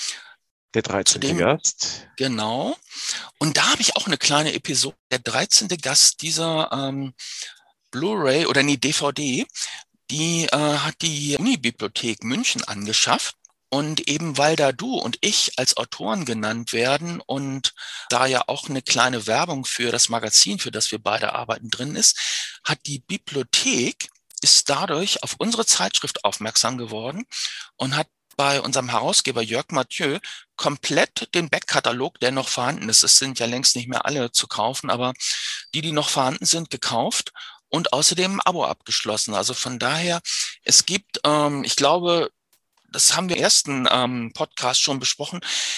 Der dreizehnte Gast. Genau. Und da habe ich auch eine kleine Episode. Der dreizehnte Gast dieser ähm, Blu-ray oder nee, D V D, die äh, hat die Unibibliothek München angeschafft. Und eben weil da du und ich als Autoren genannt werden und da ja auch eine kleine Werbung für das Magazin, für das wir beide arbeiten, drin ist, hat die Bibliothek, ist dadurch auf unsere Zeitschrift aufmerksam geworden und hat bei unserem Herausgeber Jörg Mathieu komplett den Backkatalog, der noch vorhanden ist. Es sind ja längst nicht mehr alle zu kaufen, aber die, die noch vorhanden sind, gekauft und außerdem ein Abo abgeschlossen. Also von daher, es gibt, ähm, ich glaube, das haben wir im ersten ähm, Podcast schon besprochen,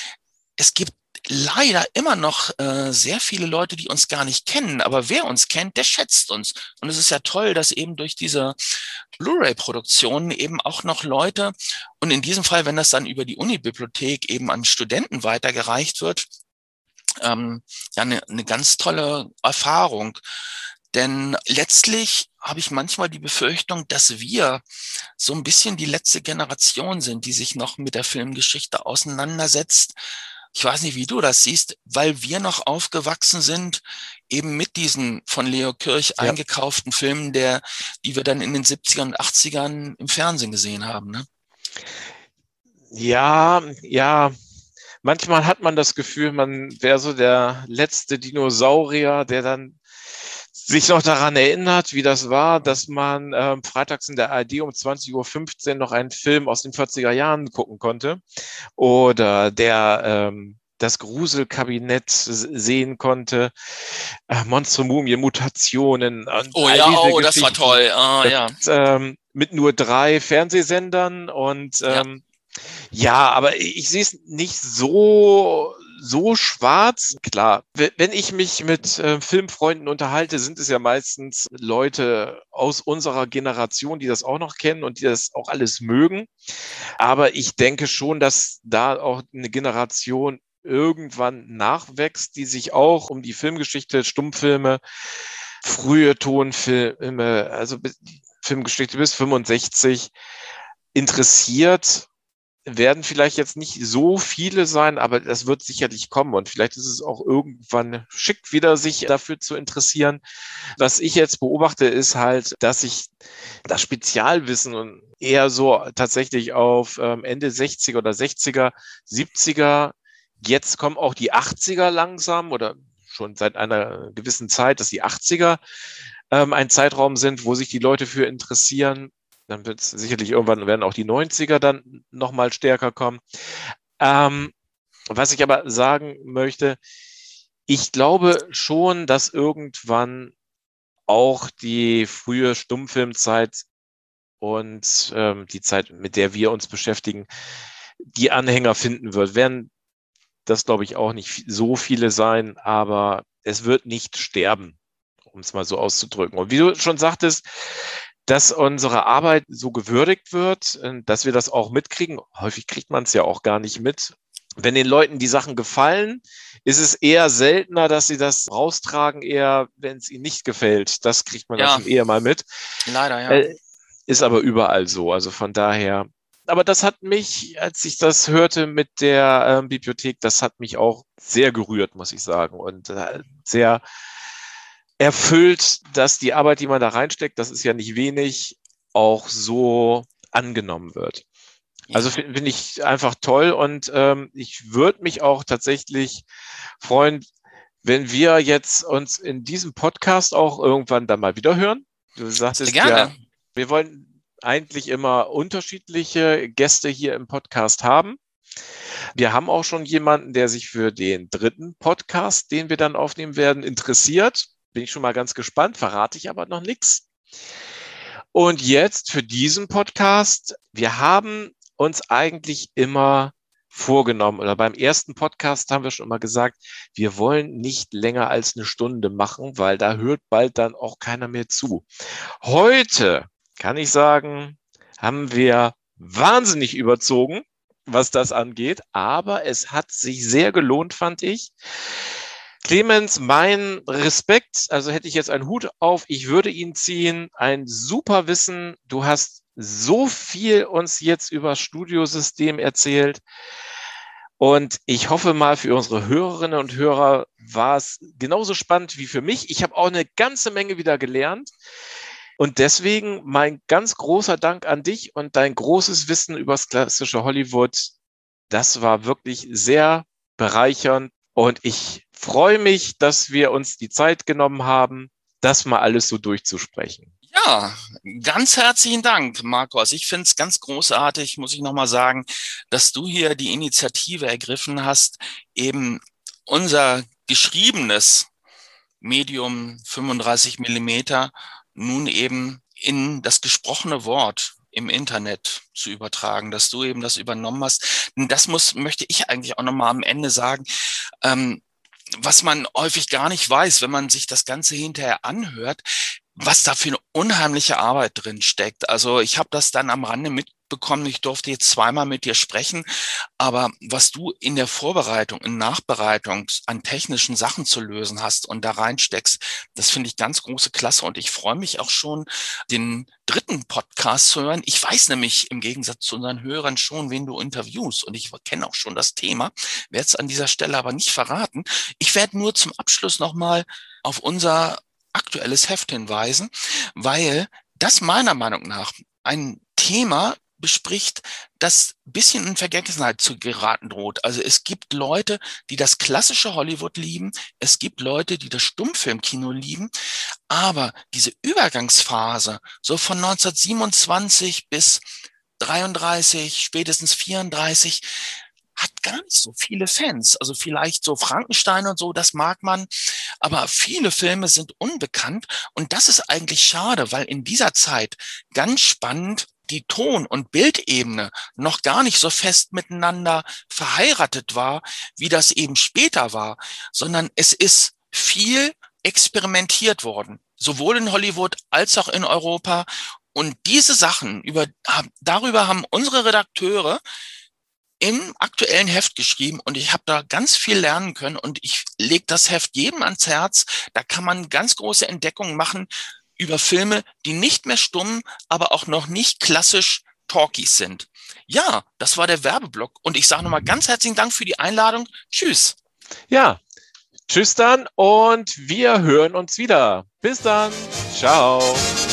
es gibt leider immer noch äh, sehr viele Leute, die uns gar nicht kennen, aber wer uns kennt, der schätzt uns. Und es ist ja toll, dass eben durch diese Blu-ray-Produktionen eben auch noch Leute, und in diesem Fall, wenn das dann über die Unibibliothek eben an Studenten weitergereicht wird, ähm, ja, eine, eine ganz tolle Erfahrung. Denn letztlich habe ich manchmal die Befürchtung, dass wir so ein bisschen die letzte Generation sind, die sich noch mit der Filmgeschichte auseinandersetzt. Ich weiß nicht, wie du das siehst, weil wir noch aufgewachsen sind, eben mit diesen von Leo Kirch Ja. eingekauften Filmen, der, die wir dann in den siebzigern und achtzigern im Fernsehen gesehen haben, ne? Ja, ja. Manchmal hat man das Gefühl, man wäre so der letzte Dinosaurier, der dann sich noch daran erinnert, wie das war, dass man ähm, freitags in der A R D um zwanzig Uhr fünfzehn noch einen Film aus den vierziger Jahren gucken konnte oder der ähm, das Gruselkabinett sehen konnte, äh, Monster, Mumien, Mutationen. Und oh all ja, diese oh, das war toll. Ah, ja. Und, ähm, mit nur drei Fernsehsendern und ähm, ja. ja, aber ich, ich sehe es nicht so so schwarz. Klar, wenn ich mich mit äh, Filmfreunden unterhalte, sind es ja meistens Leute aus unserer Generation, die das auch noch kennen und die das auch alles mögen. Aber ich denke schon, dass da auch eine Generation irgendwann nachwächst, die sich auch um die Filmgeschichte, Stummfilme, frühe Tonfilme, also die Filmgeschichte bis fünfundsechzig interessiert. Werden vielleicht jetzt nicht so viele sein, aber das wird sicherlich kommen und vielleicht ist es auch irgendwann schick, wieder sich dafür zu interessieren. Was ich jetzt beobachte, ist halt, dass ich das Spezialwissen und eher so tatsächlich auf ähm, Ende sechziger oder sechziger, siebziger, jetzt kommen auch die achtziger langsam oder schon seit einer gewissen Zeit, dass die achtziger ähm, ein Zeitraum sind, wo sich die Leute für interessieren. Dann wird es sicherlich irgendwann werden auch die neunziger dann nochmal stärker kommen. Ähm, was ich aber sagen möchte, ich glaube schon, dass irgendwann auch die frühe Stummfilmzeit und ähm, die Zeit, mit der wir uns beschäftigen, die Anhänger finden wird. Werden das, glaube ich, auch nicht so viele sein, aber es wird nicht sterben, um es mal so auszudrücken. Und wie du schon sagtest, dass unsere Arbeit so gewürdigt wird, dass wir das auch mitkriegen. Häufig kriegt man es ja auch gar nicht mit. Wenn den Leuten die Sachen gefallen, ist es eher seltener, dass sie das raustragen, eher wenn es ihnen nicht gefällt. Das kriegt man Ja. dann schon eher mal mit. Leider, ja. Äh, ist aber überall so. Also von daher, aber das hat mich, als ich das hörte mit der äh, Bibliothek, das hat mich auch sehr gerührt, muss ich sagen. Und äh, sehr erfüllt, dass die Arbeit, die man da reinsteckt, das ist ja nicht wenig, auch so angenommen wird. Ja. Also finde find ich einfach toll und ähm, ich würde mich auch tatsächlich freuen, wenn wir jetzt uns in diesem Podcast auch irgendwann dann mal wieder hören. Du sagtest ja, wir wollen eigentlich immer unterschiedliche Gäste hier im Podcast haben. Wir haben auch schon jemanden, der sich für den dritten Podcast, den wir dann aufnehmen werden, interessiert. Bin ich schon mal ganz gespannt, verrate ich aber noch nichts. Und jetzt für diesen Podcast, wir haben uns eigentlich immer vorgenommen, oder beim ersten Podcast haben wir schon immer gesagt, wir wollen nicht länger als eine Stunde machen, weil da hört bald dann auch keiner mehr zu. Heute kann ich sagen, haben wir wahnsinnig überzogen, was das angeht, aber es hat sich sehr gelohnt, fand ich. Clemens, mein Respekt, also hätte ich jetzt einen Hut auf, ich würde ihn ziehen, ein super Wissen, du hast so viel uns jetzt über das Studiosystem erzählt und ich hoffe mal, für unsere Hörerinnen und Hörer war es genauso spannend wie für mich. Ich habe auch eine ganze Menge wieder gelernt und deswegen mein ganz großer Dank an dich und dein großes Wissen über das klassische Hollywood. Das war wirklich sehr bereichernd und ich freue mich, dass wir uns die Zeit genommen haben, das mal alles so durchzusprechen. Ja, ganz herzlichen Dank, Markus. Ich finde es ganz großartig, muss ich nochmal sagen, dass du hier die Initiative ergriffen hast, eben unser geschriebenes Medium fünfunddreißig Millimeter nun eben in das gesprochene Wort im Internet zu übertragen, dass du eben das übernommen hast. Und das muss, möchte ich eigentlich auch nochmal am Ende sagen, ähm, was man häufig gar nicht weiß, wenn man sich das Ganze hinterher anhört, was da für eine unheimliche Arbeit drin steckt. Also ich habe das dann am Rande mitbekommen, ich durfte jetzt zweimal mit dir sprechen, aber was du in der Vorbereitung, in Nachbereitung an technischen Sachen zu lösen hast und da reinsteckst, das finde ich ganz große Klasse und ich freue mich auch schon, den dritten Podcast zu hören. Ich weiß nämlich im Gegensatz zu unseren Hörern schon, wen du interviewst und ich kenne auch schon das Thema, werde es an dieser Stelle aber nicht verraten. Ich werde nur zum Abschluss nochmal auf unser aktuelles Heft hinweisen, weil das meiner Meinung nach ein Thema bespricht, das ein bisschen in Vergessenheit zu geraten droht. Also es gibt Leute, die das klassische Hollywood lieben, es gibt Leute, die das Stummfilmkino lieben, aber diese Übergangsphase, so von neunzehnhundertsiebenundzwanzig bis dreiunddreißig, spätestens vierunddreißig, hat gar nicht so viele Fans. Also vielleicht so Frankenstein und so, das mag man, aber viele Filme sind unbekannt und das ist eigentlich schade, weil in dieser Zeit ganz spannend die Ton- und Bildebene noch gar nicht so fest miteinander verheiratet war, wie das eben später war, sondern es ist viel experimentiert worden, sowohl in Hollywood als auch in Europa. Und diese Sachen, über, darüber haben unsere Redakteure im aktuellen Heft geschrieben und ich habe da ganz viel lernen können und ich lege das Heft jedem ans Herz. Da kann man ganz große Entdeckungen machen über Filme, die nicht mehr stumm, aber auch noch nicht klassisch Talkies sind. Ja, das war der Werbeblock und ich sage nochmal ganz herzlichen Dank für die Einladung. Tschüss. Ja, tschüss dann und wir hören uns wieder. Bis dann. Ciao.